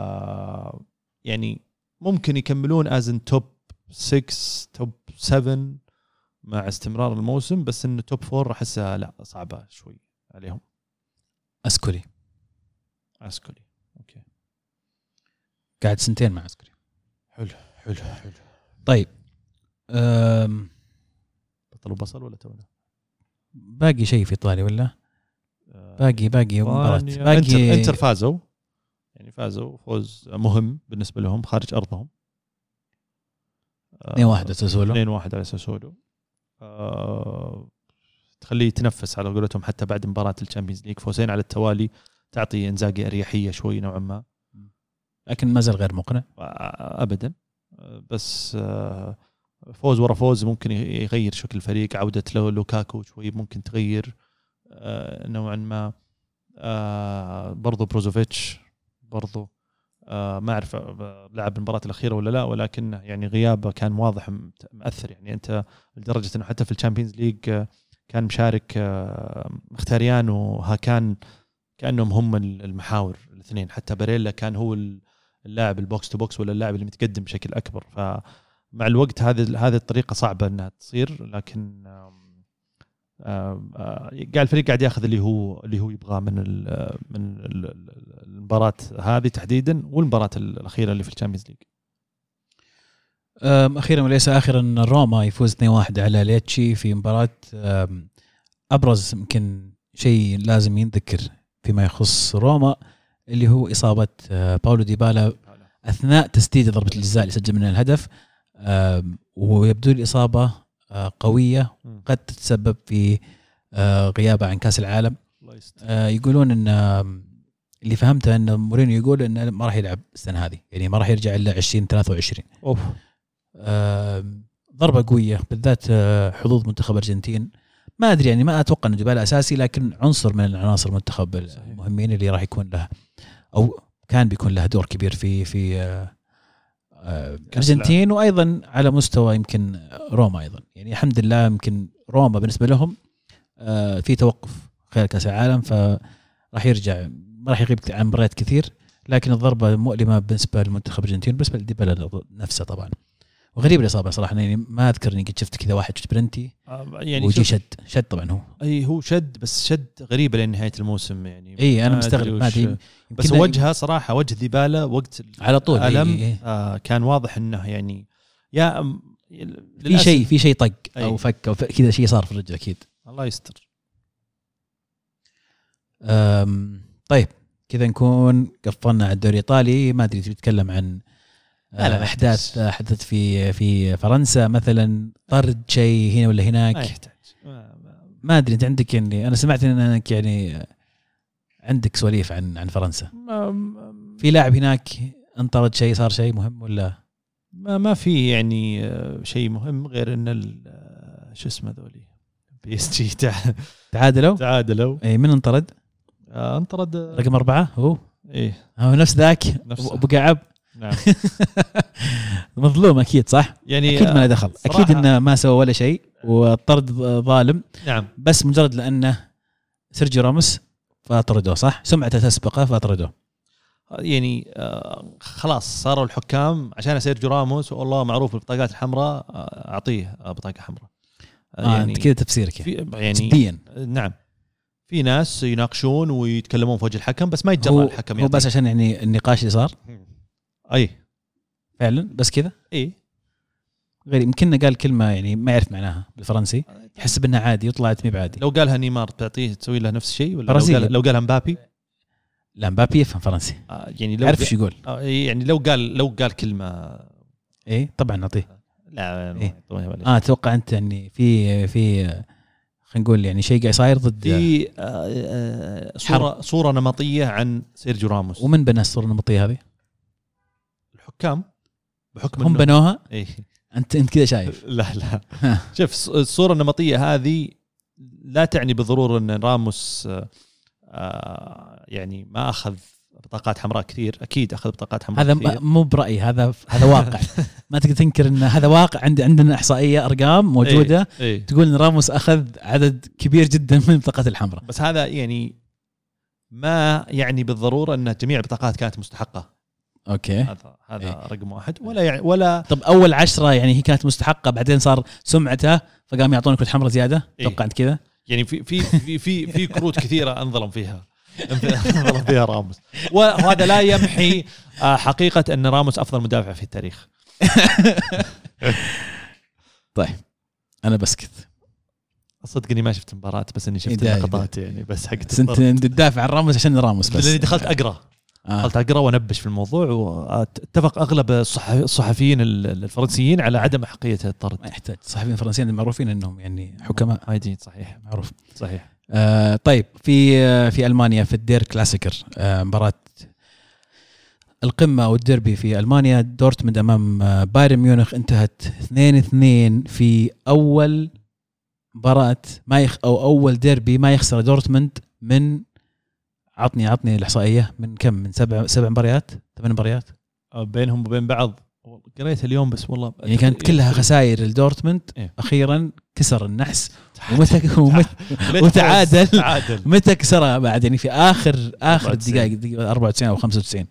يعني ممكن يكملون أزن توب ستة توب سبعة مع استمرار الموسم، بس إنه توب فور أحسها لا صعبة شوي عليهم. أسكولي أسكولي أوكي، قاعد سنتين مع أسكولي. حلو حلو حلو. طيب أم... بطلوا بصل ولا تونا؟ باقي شيء في إيطاليا ولا باقي باقي مباراة باقي انتر, انتر فازوا، يعني فازوا فوز مهم بالنسبة لهم خارج أرضهم اثنين واحد على ساسولو. اثنين واحد على ساسولو أه... تخليه يتنفس على قولتهم حتى بعد مباراة الشامبيونز ليج. فوزين على التوالي تعطي إنزاغي أريحية شوي نوعا ما، لكن ما زال غير مقنع أبدا. بس فوز ورا فوز ممكن يغير شكل الفريق. عودة له لوكاكو شوي ممكن تغير نوعا ما. برضو بروزوفيتش برضو ما أعرف لعب المباراة الأخيرة ولا لا، ولكن يعني غيابه كان واضح مؤثر. يعني أنت لدرجة أنه حتى في الشامبيونز ليج كان مشارك مختاريان وهاكان كأنهم هم المحاور الاثنين. حتى باريلا كان هو اللاعب البوكس تو بوكس ولا اللاعب اللي متقدم بشكل أكبر. فمع الوقت هذه هذه الطريقة صعبة أنها تصير، لكن قاعد الفريق قاعد ياخذ اللي هو اللي هو يبغاه من ال من المباراة هذه تحديدا والمباراة الأخيرة اللي في الشامبيونز ليج. أخيرا وليس آخرا روما يفوز اثنين واحد على ليتشي في مباراة أبرز يمكن شيء لازم ينذكر فيما يخص روما اللي هو إصابة باولو ديبالا أثناء تسديد ضربة الجزاء اللي سجل منها الهدف، ويبدو الإصابة قوية قد تتسبب في غيابه عن كأس العالم. يقولون إن اللي فهمته إن مورينيو يقول إنه ما راح يلعب السنة هذه، يعني ما راح يرجع إلا عشرين ثلاثة وعشرين. أوف. ضربة قوية بالذات حظوظ منتخب أرجنتين. ما أدري يعني ما أتوقع أنه ديبالا أساسي، لكن عنصر من العناصر المنتخب المهمين اللي راح يكون له أو كان بيكون له دور كبير في في أرجنتين، وأيضا على مستوى يمكن روما أيضا. يعني الحمد لله يمكن روما بالنسبة لهم في توقف خلال كأس العالم، فراح يرجع ما راح يغيب عن مباريات كثير، لكن الضربة مؤلمة بالنسبة للمنتخب الأرجنتين بالنسبة لديبالا نفسه طبعا. وغريب الإصابة صراحة، يعني ما أذكر إني قد شفت كذا واحد سبرنتي يعني ويجي شد شد طبعا. هو أي هو شد بس شد غريبة لنهاية الموسم. يعني إيه أنا مستغرب ما أدري، بس وجهها صراحة وجه ديبالا وقت على طول الألم إيه. آه كان واضح إنه يعني يا في شيء في شيء طق أو فك أو كذا شيء صار في الرجل أكيد. الله يستر. طيب كذا نكون قفلنا على الدوري الإيطالي. ما أدري تتكلم عن لا أحداث حدثت في في فرنسا مثلا، طرد شيء هنا ولا هناك؟ ما يحتاج. ما أدري أنت عندك، يعني أنا سمعت إنك يعني عندك سواليف عن عن فرنسا. في لاعب هناك انطرد شيء، صار شيء مهم ولا ما ما في يعني شيء مهم غير إن شو اسمه ذولي بي اس جي تعادلوا تعادلوا أي من انطرد؟ آه انطرد رقم أربعة هو إيه هو نفس ذاك أبو قعب. نعم. مظلوم أكيد صح؟ يعني أكيد ما له دخل، أكيد إنه ما سوى ولا شيء والطرد ظالم. نعم. بس مجرد لأنه سيرجيو راموس فاطردوه صح؟ سمعته تسبقه فاطردوه. يعني آه خلاص صاروا الحكام عشان سيرجيو راموس والله معروف بالبطاقات الحمراء آه اعطيه بطاقه حمراء. آه يعني انت كذا تفسيرك يعني جديا. نعم في ناس يناقشون ويتكلمون في وجه الحكم بس ما يتجرأ الحكم هو بس عشان يعني النقاش اللي صار اي فعلا بس كذا اي غير يمكن قال كلمه يعني ما يعرف معناها بالفرنسي يحسب انها عادي وطلعت مي بعادي. لو قالها نيمار تعطيه تسوي له نفس الشيء ولا لو قال لو قالها مبابي؟ لا مبابي يفهم فرنسي آه يعني لو عارف ايش يقول آه يعني لو قال لو قال كلمه ايه طبعا نعطيه. لا إيه؟ اه اتوقع انت يعني في في خلينا نقول يعني شيء قاعد صاير ضد في آه آه صوره حرب. صوره نمطيه عن سيرجيو راموس. ومن بنى الصوره النمطيه هذه؟ الحكام بحكم هم بنوها. ايه انت انت كذا شايف؟ لا لا شوف الصوره النمطيه هذه لا تعني بالضروره ان راموس آه يعني ما اخذ بطاقات حمراء كثير. اكيد اخذ بطاقات حمراء هذا كثير. مو برايي هذا هذا واقع ما تقدر تنكر ان هذا واقع. عند عندنا احصائيه ارقام موجوده إيه إيه. تقول ان راموس اخذ عدد كبير جدا من البطاقات الحمراء. بس هذا يعني ما يعني بالضروره ان جميع البطاقات كانت مستحقه. اوكي هذا هذا إيه. رقم واحد ولا يعني ولا طب اول عشرة يعني هي كانت مستحقه بعدين صار سمعته فقام يعطونك كرة حمراء زياده. إيه. توقع انت كذا يعني في في في في, في كروت كثيره انظلم فيها انظلم فيها راموس. وهذا لا يمحي حقيقه ان راموس افضل مدافع في التاريخ. طيب انا بسكت صدق اني ما شفت مباراه بس اني شفت اللقطات يعني بس حقت انت تدافع عن راموس عشان راموس بس لاني دخلت اقرا آه. قلت اقرا وانبش في الموضوع واتفق اغلب الصحفيين الفرنسيين على عدم حقيقه الطرد. ما يحتاج الصحفيين الفرنسيين معروفين انهم يعني حكماء عاديين. صحيح معروف صحيح. آه طيب في في المانيا في الدير كلاسيكر آه مباراه القمه والديربي في المانيا دورتموند امام بايرن ميونخ انتهت اثنين اثنين في اول مباراه ما يخ او اول ديربي ما يخسر دورتموند من عطني عطني الإحصائية من كم من سبع سبع مباريات ثمان مباريات بينهم وبين بعض. قريت اليوم بس والله يعني كانت كلها خسائر لدورتموند. إيه؟ أخيرا كسر النحس ومتى ومت وتعادل متى كسرها بعد يعني في آخر آخر الدقائق دقيقة أربعة وتسعين أو خمسة وتسعين.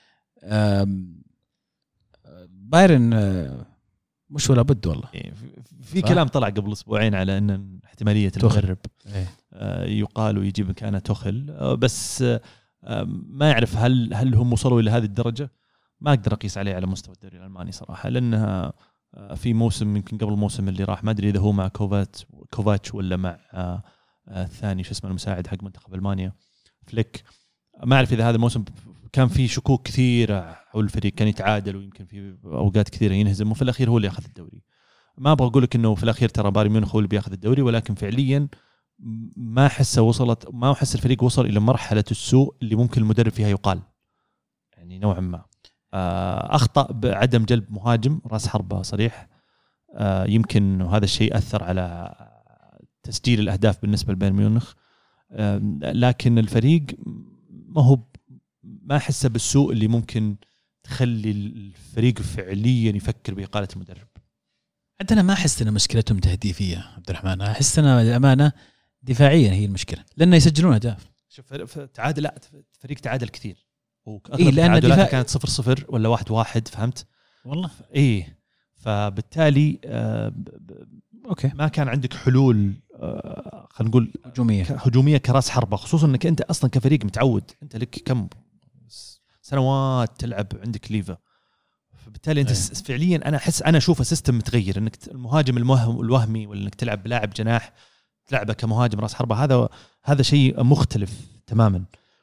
بايرن مش ولا بد والله. في كلام طلع قبل أسبوعين على أن احتمالية المدرب إيه؟ يقال ويجي مكانه توخل بس ما يعرف هل هل هم وصلوا إلى هذه الدرجة. ما أقدر أقيس عليه على مستوى الدوري الألماني صراحة لأنها في موسم يمكن قبل الموسم اللي راح ما أدري إذا هو مع كوفات كوفاتش ولا مع الثاني شو اسمه المساعد حق منتخب ألمانيا فليك. ما أعرف إذا هذا الموسم كان فيه شكوك كثيرة حول الفريق كان يتعادل ويمكن في أوقات كثيرة ينهزم وفي الأخير هو اللي أخذ الدوري. ما أبغى أقولك إنه في الأخير ترى بايرن ميونخ هو اللي بيأخذ الدوري ولكن فعليا ما أحس وصلت ما أحس الفريق وصل إلى مرحلة السوء اللي ممكن المدرب فيها يقال يعني نوعا ما. أخطأ بعدم جلب مهاجم رأس حربة صريح. يمكن هذا الشيء أثر على تسجيل الأهداف بالنسبة لبايرن ميونخ لكن الفريق ما هو ما أحسه بالسوء اللي ممكن تخلي الفريق فعليا يفكر بإقالة المدرب. حتى أنا ما أحس أن مشكلتهم تهديفية عبد الرحمن. أحس أنا الأمانة دفاعيا هي المشكلة لأنه يسجلون أهداف. شوف تعادل لا فريق تعادل كثير إيه لأن الدفاع كانت صفر صفر ولا واحد واحد فهمت والله إيه فبالتالي آه أوكي ما كان عندك حلول آه خلينا نقول هجومية هجومية كراس حربة خصوصا أنك أنت أصلا كفريق متعود أنت لك كم سنوات تلعب عندك ليفا فبالتالي انت أيه. فعليا انا احس انا اشوفه سيستم متغير انك المهاجم الموهم الوهمي ولا انك تلعب بلاعب جناح تلعبه كمهاجم راس حربة هذا هذا شيء مختلف تماما.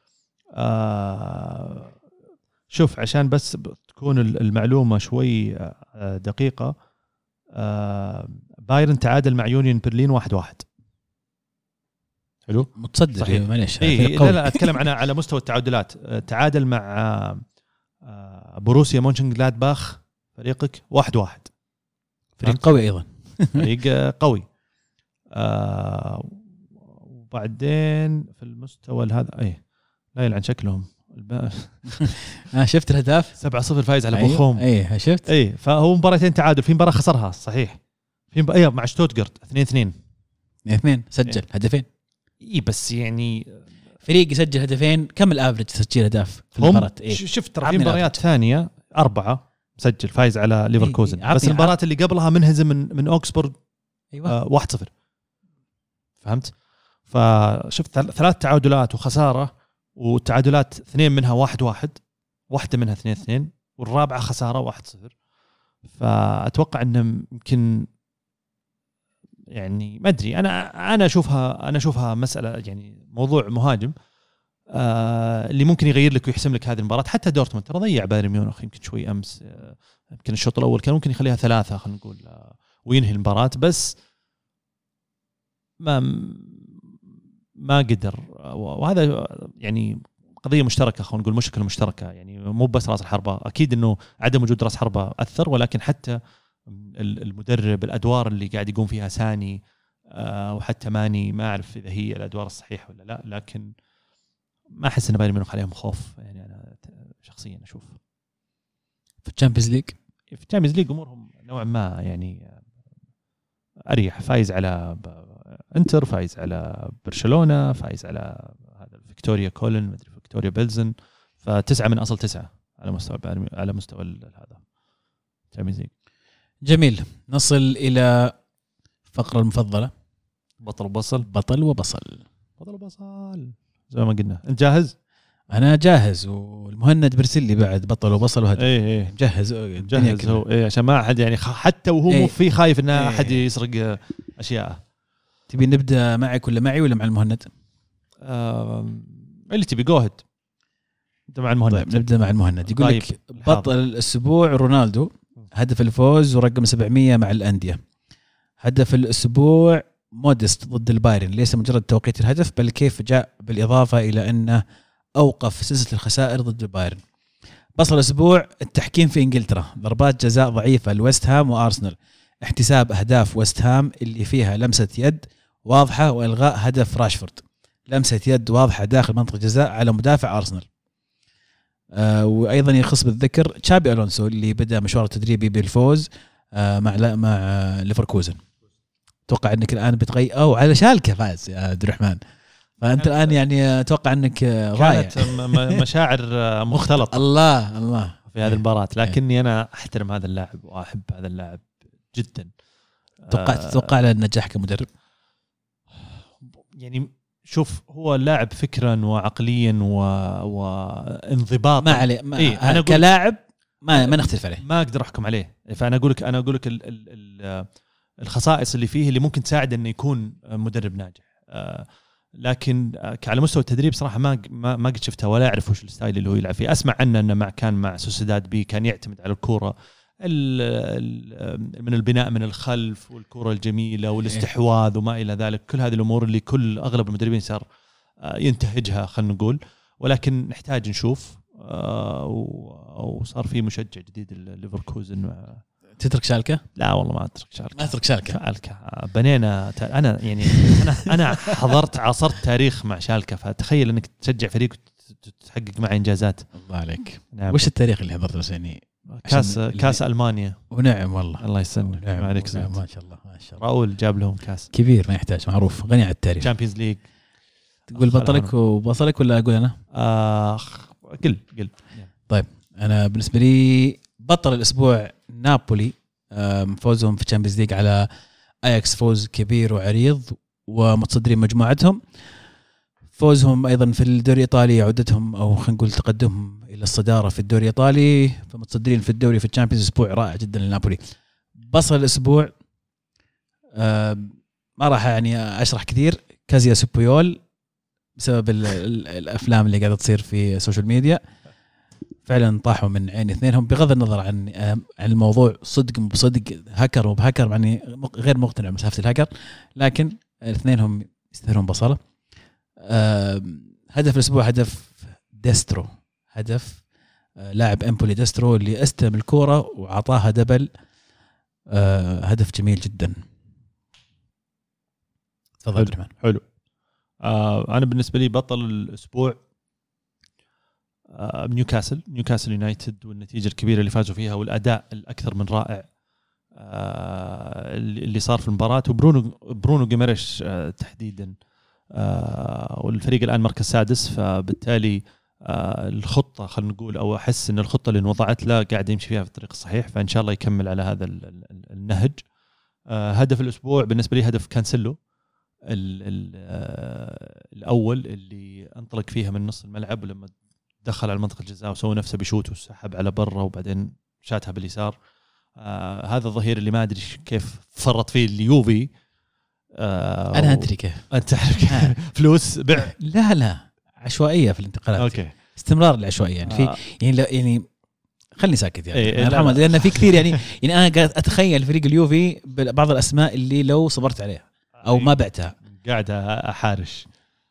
آه شوف عشان بس تكون المعلومة شوي دقيقة آه بايرن تعادل مع يونيون برلين واحد واحد. حلو متصدر معليش إيه لا لا اتكلم عن على مستوى التعادلات. تعادل مع بروسيا مونشنغلادباخ فريقك واحد واحد. فريق قوي أيضا فريق قوي. آه وبعدين في المستوى هذا أي لا يلعن شكلهم الب... آه شفت الهداف سبعة صفر فايز على بوخوم. أيه. أيه شفت أي فهو مباراتين تعادل في مباراة خسرها صحيح في مب... أيه مع شتوتغارت اثنين اثنين اثنين سجل أيه. هدفين إيه بس يعني فريق يسجل هدفين كم الافرج تسجيل اهداف في المباراه؟ إيه؟ شفت ترى في مباريات ثانيه أربعة مسجل فايز على ليفركوزن، إيه؟ بس المباراه اللي قبلها منهزم من من اوكسبورغ ايوه آه واحد صفر. فهمت؟ فشفت ثلاث تعادلات وخساره، والتعادلات اثنين منها واحد واحد، واحده منها اثنين اثنين، والرابعه خساره واحد صفر. فاتوقع انه يمكن يعني ما ادري، انا انا اشوفها انا اشوفها مساله يعني موضوع مهاجم آه اللي ممكن يغير لك ويحسم لك هذه المباراه. حتى دورتموند ترى ضيع بايرن ميونخ يمكن شوي امس، آه يمكن الشوط الاول كان ممكن يخليها ثلاثه خلينا نقول آه وينهي المباراه، بس ما ما قدر. وهذا يعني قضيه مشتركه خلينا نقول، مشكله مشتركه يعني، مو بس راس الحربه. اكيد انه عدم وجود راس حربه اثر، ولكن حتى المدرب الادوار اللي قاعد يقوم فيها ساني آه وحتى ماني ما اعرف اذا هي الادوار الصحيحه ولا لا، لكن ما احس ان بايرن ميونخ عليهم خوف يعني. انا شخصيا اشوف في الشامبيونز ليج في الشامبيونز ليج امورهم نوعا ما يعني اريح، فايز على انتر، فايز على برشلونه، فايز على هذا فيكتوريا كولن ما ادري فيكتوريا بيلزن، فتسعه من اصل تسعه على مستوى على مستوى هذا الشامبيونز ليج. جميل، نصل الى الفقره المفضله، بطل وبصل. بطل وبصل بطل وبصل زي ما قلنا. انت جاهز؟ انا جاهز، والمهند برسل لي بعد بطل وبصل وهذا. ايه ايه مجهز جهز هو ايه، عشان ما احد يعني حتى وهو إيه. مو في خايف ان إيه. احد يسرق اشياء. تبي نبدا معك ولا معي ولا مع المهند؟ آه اللي تبي جوهد. انت مع المهند. طيب نبدا مع المهند. يقول طيب. لك بطل الاسبوع رونالدو، هدف الفوز ورقم سبعمية مع الانديه. هدف الاسبوع مودست ضد البايرن، ليس مجرد توقيت الهدف بل كيف جاء بالاضافه الى انه اوقف سلسله الخسائر ضد البايرن. بصل الاسبوع التحكيم في انجلترا، ضربات جزاء ضعيفه لويست هام وارسنال، احتساب اهداف ويست هام اللي فيها لمسه يد واضحه، والغاء هدف راشفورد لمسه يد واضحه داخل منطقه جزاء على مدافع ارسنال. آه وايضا يخص بالذكر تشابي الونسو اللي بدا مشوار تدريبي بالفوز آه مع لا مع آه ليفركوزن. اتوقع انك الان بتغير او على شالكه فاز يا عبد الرحمن، فانت الان يعني اتوقع انك رايح. كانت مشاعر مختلطه. الله الله في هذه المباراه، لكني انا احترم هذا اللاعب واحب هذا اللاعب جدا. توقعت تتوقع له النجاح كمدرب؟ يعني شوف، هو لاعب فكرا وعقليا و... وانضباطا ما عليه ما إيه أنا كلاعب ما ما نختلف عليه، ما اقدر احكم عليه. فانا اقول لك انا اقول لك ال... ال... ال... الخصائص اللي فيه اللي ممكن تساعد انه يكون مدرب ناجح. لكن على مستوى التدريب صراحه ما ما ما قد شفتها ولا اعرف وش الستايل اللي هو يلعب فيه. اسمع عنه انه مع كان مع سوسيداد بي كان يعتمد على الكوره من البناء من الخلف والكرة الجميلة والاستحواذ وما إلى ذلك، كل هذه الأمور اللي كل أغلب المدربين صار ينتهجها خلنا نقول. ولكن نحتاج نشوف، وصار في مشجع جديد ليفركوزن. تترك شالكة؟ لا والله ما أترك شالكة. ما أترك شالكة. شالكة بنينا أنا يعني أنا أنا حضرت عاصرت تاريخ مع شالكة، فتخيل إنك تشجع فريق وتحقق معه إنجازات. الله عليك. نعم. وش التاريخ اللي حضرته يعني؟ كاس كاس المانيا. ونعم والله الله يسلمك. نعم عليك ونعم. ما شاء الله ما شاء الله. راؤول جاب لهم كاس كبير ما يحتاج، معروف غني عن التاريخ. تشامبيونز ليج. تقول بطلك وبصلك ولا اقول انا؟ اخ قل قل. طيب انا بالنسبه لي بطل الاسبوع نابولي، فوزهم في الشامبيونز ليج على اياكس، فوز كبير وعريض ومتصدرين مجموعتهم. فوزهم ايضا في الدوري الايطالي، عودتهم او خلينا نقول تقدمهم الى الصداره في الدوري الايطالي، فمتصدرين في الدوري في الشامبيونز. اسبوع رائع جدا لنابولي. بصل الاسبوع ما راح يعني اشرح كثير، كازيا سوبيول بسبب ال ال الافلام اللي قاعده تصير في السوشيال ميديا، فعلا طاحوا من عين اثنينهم بغض النظر عن عن الموضوع صدق مو بصدق، هكر وبهكر، يعني غير مقتنع بمسافه الهكر، لكن الاثنينهم يستاهلون بصله. هدف الاسبوع هدف ديسترو، هدف لاعب امبولي ديسترو اللي استلم الكوره وعطاها دبل، هدف جميل جدا. تفضل حلو, حلو. آه انا بالنسبه لي بطل الاسبوع آه نيوكاسل نيوكاسل يونايتد، والنتيجه الكبيره اللي فازوا فيها والاداء الاكثر من رائع آه اللي صار في المباراه، وبرونو برونو جيميريش آه تحديدا آه والفريق الآن مركز سادس، فبالتالي آه الخطة خلينا نقول أو أحس أن الخطة اللي انوضعت له قاعد يمشي فيها في الطريق الصحيح، فإن شاء الله يكمل على هذا النهج. آه هدف الأسبوع بالنسبة لي هدف كانسيلو ال ال آه الأول اللي انطلق فيها من نص الملعب، ولما دخل على منطقة الجزاء وسوى نفسه بيشوت وسحب على برا وبعدين شاتها باليسار. آه هذا الظهير اللي ما أدري كيف فرط فيه اليوفي. آه أنا أدري كيف. أنت تعرف فلوس بيع؟ لا لا عشوائية في الانتقالات. أوكي. استمرار العشوائية يعني في آه. يعني يعني خلني ساكت يعني إيه لا لا. لأن في كثير يعني يعني أنا قاعد أتخيل فريق اليوفي بعض الأسماء اللي لو صبرت عليها أو ما بعتها قاعد أحارش.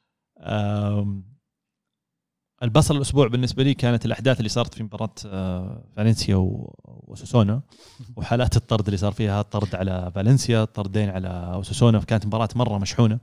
البصل الأسبوع بالنسبة لي كانت الأحداث اللي صارت في مباراة فالنسيا وأوساسونا وحالات الطرد اللي صار فيها، طرد على فالنسيا، طردين على أوساسونا، فكانت مباراة مرة مشحونة.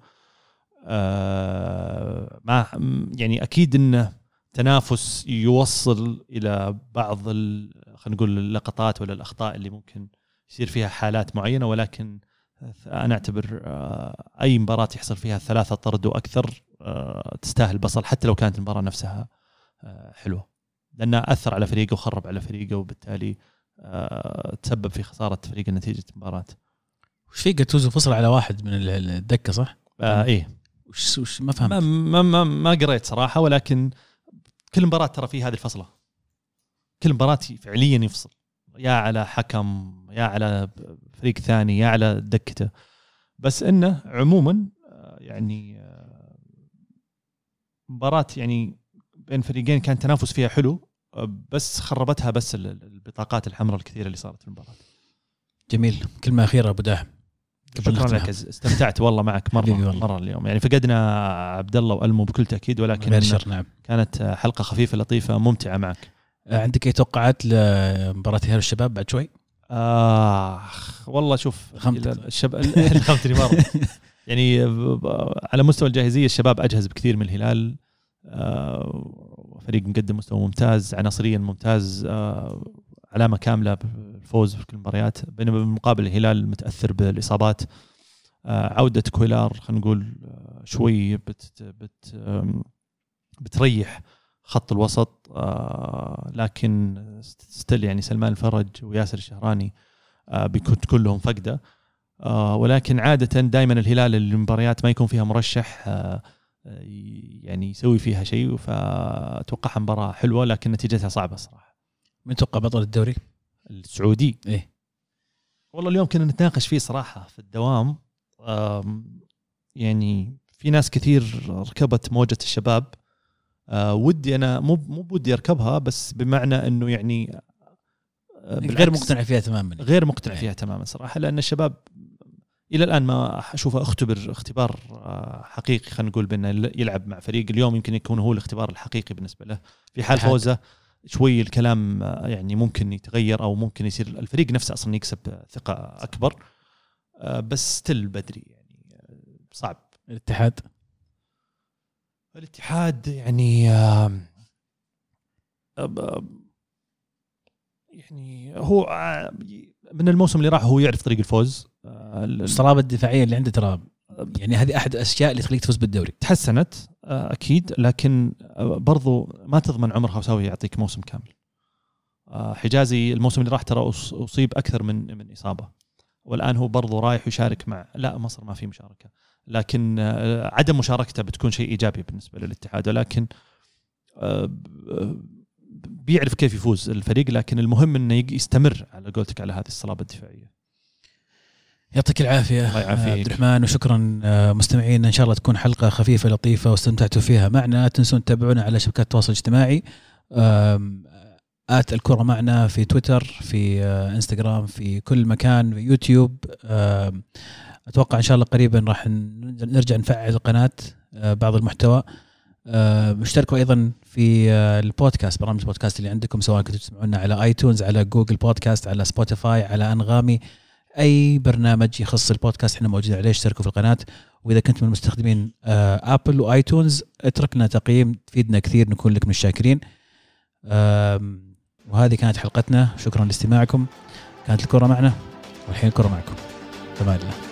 ما يعني أكيد إنه تنافس يوصل إلى بعض خلينا نقول اللقطات ولا الأخطاء اللي ممكن يصير فيها حالات معينة، ولكن أنا أعتبر أي مباراة يحصل فيها ثلاثة طرد وأكثر تستاهل بصل، حتى لو كانت المباراة نفسها حلوة، لأنها أثر على فريقه وخرب على فريقه، وبالتالي تسبب في خسارة فريق نتيجة المباراة. وش في جاتوزو فصل على واحد من الدكة صح؟ آه إيه. وش وش ما فهمت. ما ما ما, ما قريت صراحة، ولكن كل مباراة ترى فيه هذه الفصلة، كل مباراة فعليا يفصل، يا على حكم يا على فريق ثاني يا على دكته. بس إنه عموما يعني مباراة يعني بين فريقين كان تنافس فيها حلو، بس خربتها بس البطاقات الحمراء الكثيرة اللي صارت في المباراة. جميل. كلمة أخيرة أبو داحم. شكرا لك، استمتعت والله معك مرة مرة اليوم. يعني فقدنا عبد الله وألمو بكل تأكيد، ولكن نعم. كانت حلقة خفيفة لطيفة ممتعة معك. عندك أي توقعات لمباراة هير الشباب بعد شوي؟ آه والله شوف الشباب خمتني مرة يعني على مستوى الجاهزية الشباب أجهز بكثير من الهلال. آه فريق مقدم مستوى ممتاز، عناصريا ممتاز، آه علامة كاملة بالفوز في كل المباريات، بينما بالمقابل الهلال متأثر بالإصابات. آه عودة كويلار خلينا نقول آه شوي بت بت بتريح خط الوسط، آه لكن ستيل يعني سلمان الفرج وياسر الشهراني آه بيكون كلهم فقدة. آه ولكن عادة دائما الهلال المباريات ما يكون فيها مرشح آه يعني يسوي فيها شيء، فأتوقع مباراة حلوة لكن نتيجتها صعبة صراحة. من توقع بطل الدوري السعودي؟ إيه والله اليوم كنا نتناقش فيه صراحة في الدوام. يعني في ناس كثير ركبت موجة الشباب، أه ودي أنا مو مو بدي أركبها، بس بمعنى إنه يعني غير مقتنع فيها تماما، غير مقتنع فيها تماما صراحة، لأن الشباب إلى الآن ما أشوفه اختبر اختبار حقيقي خلينا نقول بأنه يلعب مع فريق. اليوم يمكن يكون هو الاختبار الحقيقي بالنسبة له. في حال فوزه شوي الكلام يعني ممكن يتغير، أو ممكن يصير الفريق نفسه أصلا يكسب ثقة أكبر، بس تل بدري يعني صعب. الاتحاد الاتحاد يعني يعني هو من الموسم اللي راح هو يعرف طريق الفوز. الصلابة الدفاعية اللي عنده ترى يعني هذه أحد الأشياء اللي تخليك تفوز بالدوري. تحسنت أكيد، لكن برضو ما تضمن عمر هوساوي يعطيك موسم كامل. حجازي الموسم اللي راح ترى أصيب أكثر من من إصابة، والآن هو برضو رايح يشارك مع لا مصر ما في مشاركة، لكن عدم مشاركته بتكون شيء إيجابي بالنسبة للاتحاد، ولكن بيعرف كيف يفوز الفريق. لكن المهم إنه يستمر على قولتك على هذه الصلابة الدفاعية. يعطيك العافية عبد الرحمن، وشكرا مستمعين. إن شاء الله تكون حلقة خفيفة لطيفة واستمتعتوا فيها معنا. تنسون تتابعونا على شبكات التواصل الاجتماعي، آت الكرة معنا في تويتر، في انستغرام، في كل مكان، في يوتيوب. أتوقع إن شاء الله قريبا راح نرجع نفعل القناة بعض المحتوى. اشتركوا أيضا في البودكاست، برامج البودكاست اللي عندكم، سواء كنتوا تسمعونا على آيتونز، على جوجل بودكاست، على سبوتيفاي، على أنغامي، أي برنامج يخص البودكاست احنا موجودين عليه. اشتركوا في القناة. وإذا كنت من مستخدمين آبل وآيتونز اترك لنا تقييم، تفيدنا كثير، نكون لك من الشاكرين. وهذه كانت حلقتنا، شكرا لاستماعكم. كانت الكرة معنا والحين الكرة معكم. تمام.